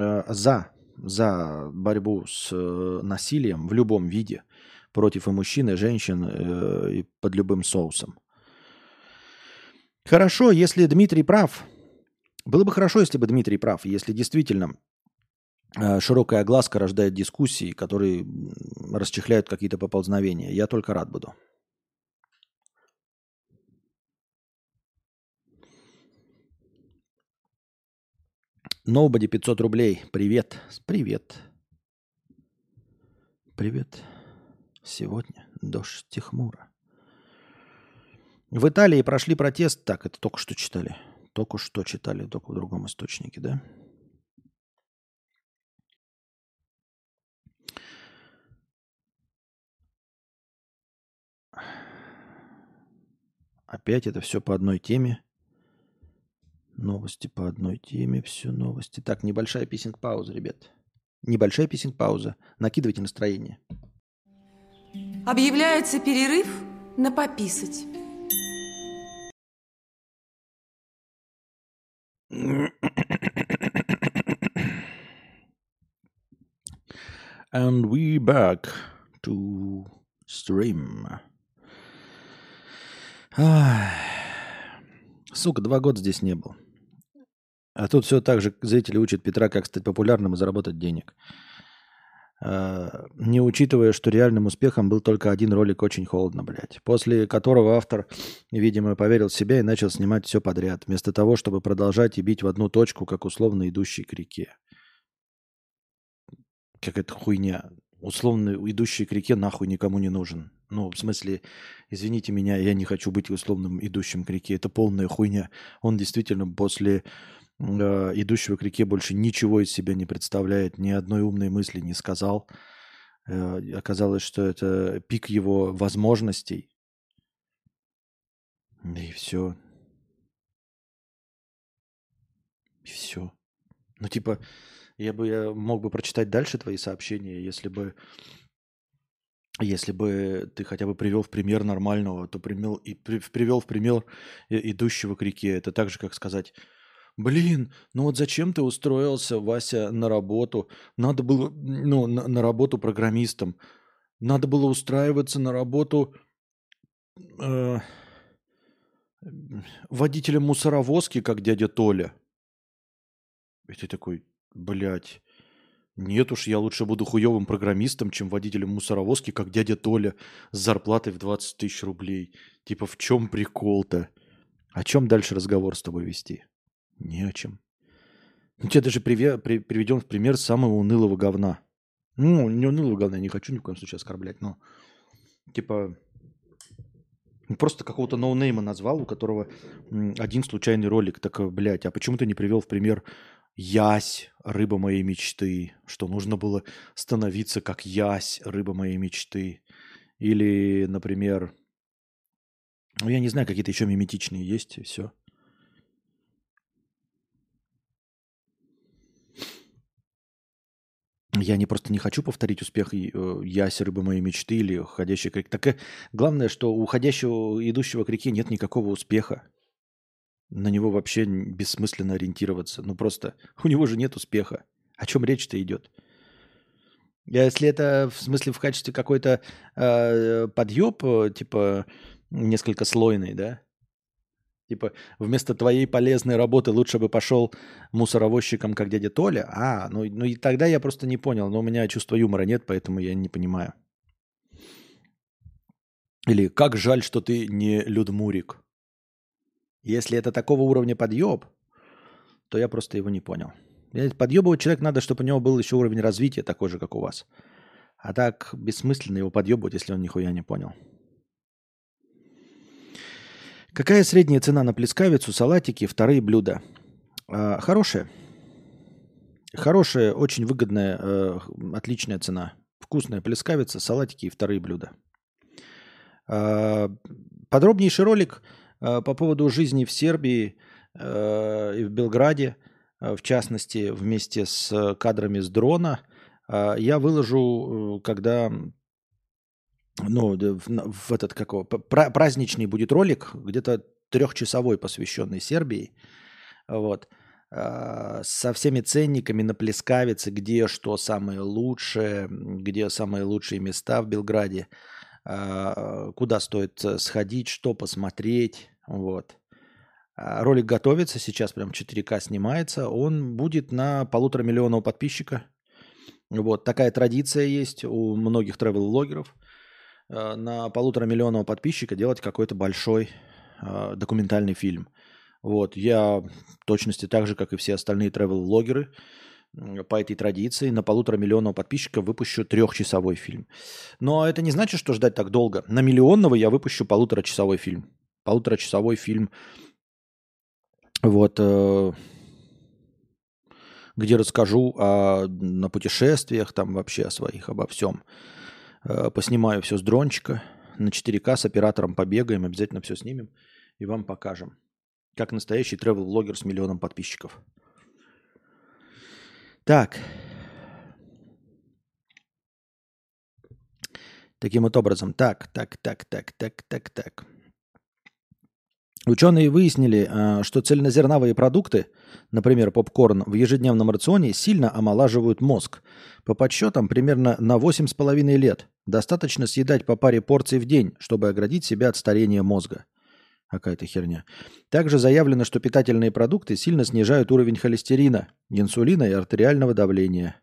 за борьбу с насилием в любом виде против и мужчин, и женщин, и под любым соусом. Хорошо, если Дмитрий прав. Было бы хорошо, если бы Дмитрий прав, если действительно широкая огласка рождает дискуссии, которые расчехляют какие-то поползновения. Я только рад буду. Nobody 500 рублей. Привет. Привет. Привет. Сегодня дождь и хмуро. В Италии прошли протест. Так, это только что читали. Только в другом источнике, да? Опять это все по одной теме. Новости по одной теме, все новости. Так, небольшая писинг-пауза, ребят. Небольшая писинг-пауза. Накидывайте настроение. Объявляется перерыв на пописать. And we back to stream. Сука, 2 года здесь не был. А тут все так же зрители учат Петра, как стать популярным и заработать денег. Не учитывая, что реальным успехом был только один ролик «Очень холодно», блядь. После которого автор, видимо, поверил в себя и начал снимать все подряд, вместо того, чтобы продолжать и бить в одну точку, как условно идущий к реке. Какая-то хуйня. Условно идущий к реке нахуй никому не нужен. Ну, в смысле, извините меня, я не хочу быть условным идущим к реке. Это полная хуйня. Он действительно после идущего к реке больше ничего из себя не представляет, ни одной умной мысли не сказал. Оказалось, что это пик его возможностей. И все. И все. Ну, типа, я мог бы прочитать дальше твои сообщения, если бы ты хотя бы привел в пример нормального, то привел в пример идущего к реке. Это так же, как сказать, блин, ну вот зачем ты устроился, Вася, на работу? Надо было, ну, на работу программистом. Надо было устраиваться на работу э, водителем мусоровозки, как дядя Толя. И ты такой, блядь, нет уж, я лучше буду хуевым программистом, чем водителем мусоровозки, как дядя Толя, с зарплатой в 20 тысяч рублей. Типа, в чем прикол-то? О чем дальше разговор с тобой вести? Не о чем. Ну, тебе даже приведен в пример самого унылого говна. Ну, не унылого говна, я не хочу ни в коем случае оскорблять, но типа просто какого-то ноунейма назвал, у которого один случайный ролик. Так, блядь, а почему ты не привел в пример Ясь, рыба моей мечты? Что нужно было становиться как Ясь, рыба моей мечты? Или, например, ну, я не знаю, какие-то еще миметичные есть, и все. Я не просто не хочу повторить успех Яси, рыбы моей мечты или уходящий к реке. Так главное, что у уходящего, идущего к реке нет никакого успеха. На него вообще бессмысленно ориентироваться. Ну просто у него же нет успеха. О чем речь-то идет? Если это в смысле в качестве какой-то подъеб, типа несколько слойный, да? Типа вместо твоей полезной работы лучше бы пошел мусоровозчиком, как дядя Толя. Ну и тогда я просто не понял. Но у меня чувства юмора нет, поэтому я не понимаю. Или как жаль, что ты не Людмурик. Если это такого уровня подъеб, то я просто его не понял. Подъебывать человек надо, чтобы у него был еще уровень развития такой же, как у вас. А так бессмысленно его подъебывать, если он нихуя не понял. Какая средняя цена на плескавицу, салатики, вторые блюда? Хорошая. Хорошая, очень выгодная, отличная цена. Вкусная плескавица, салатики и вторые блюда. Подробнейший ролик по поводу жизни в Сербии и в Белграде, в частности, вместе с кадрами с дрона, я выложу, когда в этот праздничный будет ролик, где-то 3-часовой, посвященный Сербии. Вот. Со всеми ценниками на плескавице, где что самое лучшее, где самые лучшие места в Белграде, куда стоит сходить, что посмотреть. Вот. Ролик готовится, сейчас прям 4К снимается. Он будет на 1,5 миллиона подписчика. Вот. Такая традиция есть у многих travel-влогеров. На 1,5 миллиона подписчика делать какой-то большой документальный фильм. Вот, я в точности так же, как и все остальные travel-влогеры, по этой традиции на 1,5 миллиона подписчиков выпущу 3-часовой фильм. Но это не значит, что ждать так долго. На миллионного я выпущу 1,5-часовой фильм. 1,5-часовой фильм, вот, где расскажу на путешествиях, там вообще о своих, обо всем. Поснимаю все с дрончика, на 4К с оператором побегаем, обязательно все снимем и вам покажем. Как настоящий travel-влогер с миллионом подписчиков. Так. Таким вот образом. Так. Ученые выяснили, что цельнозерновые продукты, например, попкорн, в ежедневном рационе сильно омолаживают мозг. По подсчетам, примерно на 8,5 лет. Достаточно съедать по паре порций в день, чтобы оградить себя от старения мозга. Какая-то херня. Также заявлено, что питательные продукты сильно снижают уровень холестерина, инсулина и артериального давления.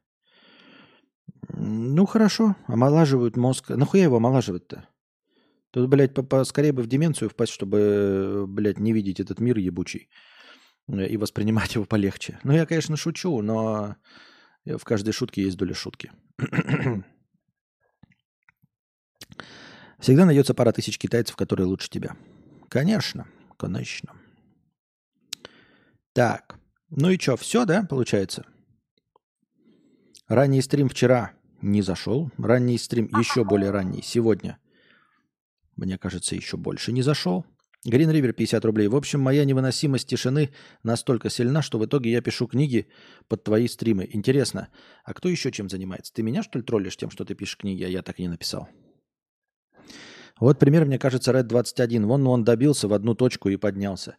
Ну, хорошо. Омолаживают мозг. Нахуя его омолаживать-то? Тут, блядь, скорее бы в деменцию впасть, чтобы, блядь, не видеть этот мир ебучий и воспринимать его полегче. Ну, я, конечно, шучу, но в каждой шутке есть доля шутки. Всегда найдется пара тысяч китайцев, которые лучше тебя. Конечно. Так. Ну и что, все, да, получается? Ранний стрим вчера не зашел. Ранний стрим еще более ранний сегодня. Мне кажется, еще больше не зашел. Green River 50 рублей. В общем, моя невыносимость тишины настолько сильна, что в итоге я пишу книги под твои стримы. Интересно, а кто еще чем занимается? Ты меня, что ли, троллишь тем, что ты пишешь книги, а я так и не написал? Вот пример, мне кажется, Red 21. Вон он добился в одну точку и поднялся.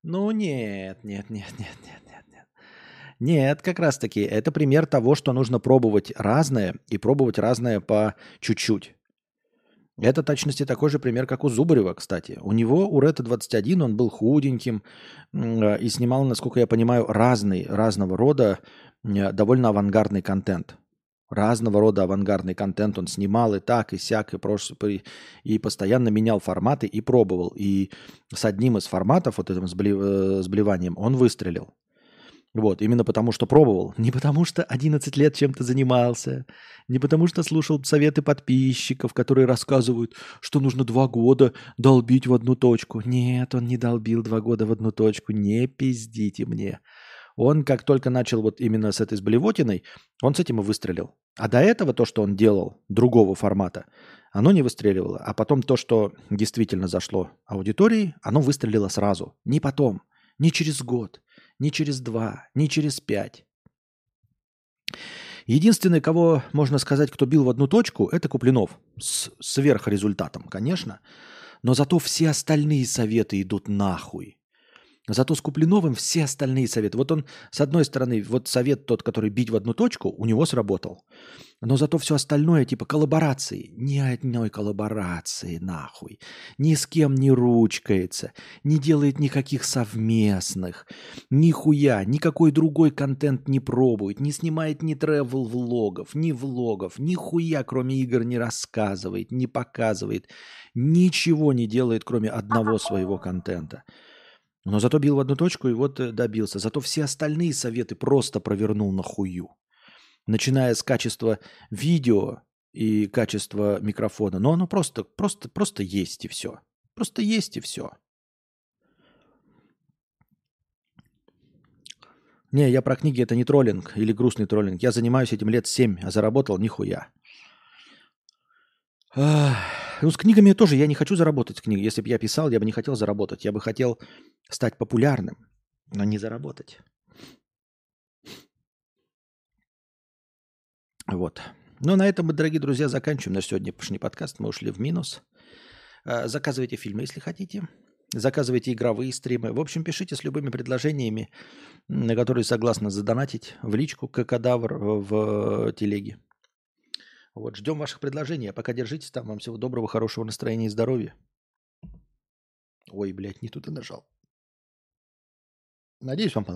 Ну нет, нет, нет, нет, нет, нет, нет. Нет, как раз таки, это пример того, что нужно пробовать разное и пробовать разное по чуть-чуть. Это точности такой же пример, как у Зубарева, кстати. У него, у Рэта 21, он был худеньким и снимал, насколько я понимаю, разного рода довольно авангардный контент. Разного рода авангардный контент он снимал и так, и сяк, и постоянно менял форматы и пробовал. И с одним из форматов, вот этим с блеванием, он выстрелил. Вот, именно потому что пробовал. Не потому что 11 лет чем-то занимался. Не потому что слушал советы подписчиков, которые рассказывают, что нужно 2 года долбить в одну точку. Нет, он не долбил 2 года в одну точку. Не пиздите мне. Он как только начал вот именно с этой сблевотиной, он с этим и выстрелил. А до этого то, что он делал, другого формата, оно не выстреливало. А потом то, что действительно зашло аудитории, оно выстрелило сразу. Не потом, не через год, не через 2, не через 5. Единственный, кого можно сказать, кто бил в одну точку, это Куплинов. С сверхрезультатом, конечно. Но зато все остальные советы идут нахуй. Зато с Куплиновым все остальные советы. Вот он, с одной стороны, вот совет тот, который бить в одну точку, у него сработал. Но зато все остальное, типа коллаборации. Ни одной коллаборации, нахуй. Ни с кем не ручкается. Не делает никаких совместных. Нихуя. Никакой другой контент не пробует. Не снимает ни тревел-влогов, ни влогов. Нихуя, кроме игр, не рассказывает, не показывает. Ничего не делает, кроме одного своего контента. Но зато бил в одну точку и вот добился. Зато все остальные советы просто провернул на хую. Начиная с качества видео и качества микрофона. Но оно просто есть и все. Просто есть и все. Не, я про книги, это не троллинг или грустный троллинг. Я занимаюсь этим лет 7, а заработал нихуя. Ну, с книгами тоже я не хочу заработать книги. Если бы я писал, я бы не хотел заработать. Я бы хотел стать популярным, но не заработать. Вот. Ну, на этом мы, дорогие друзья, заканчиваем наш сегодняшний подкаст. Мы ушли в минус. Заказывайте фильмы, если хотите. Заказывайте игровые стримы. В общем, пишите с любыми предложениями, на которые согласны задонатить в личку Кокодавр в телеге. Вот, ждем ваших предложений. А пока держитесь там. Вам всего доброго, хорошего настроения и здоровья. Ой, блядь, не тут и нажал. Надеюсь, вам понравилось.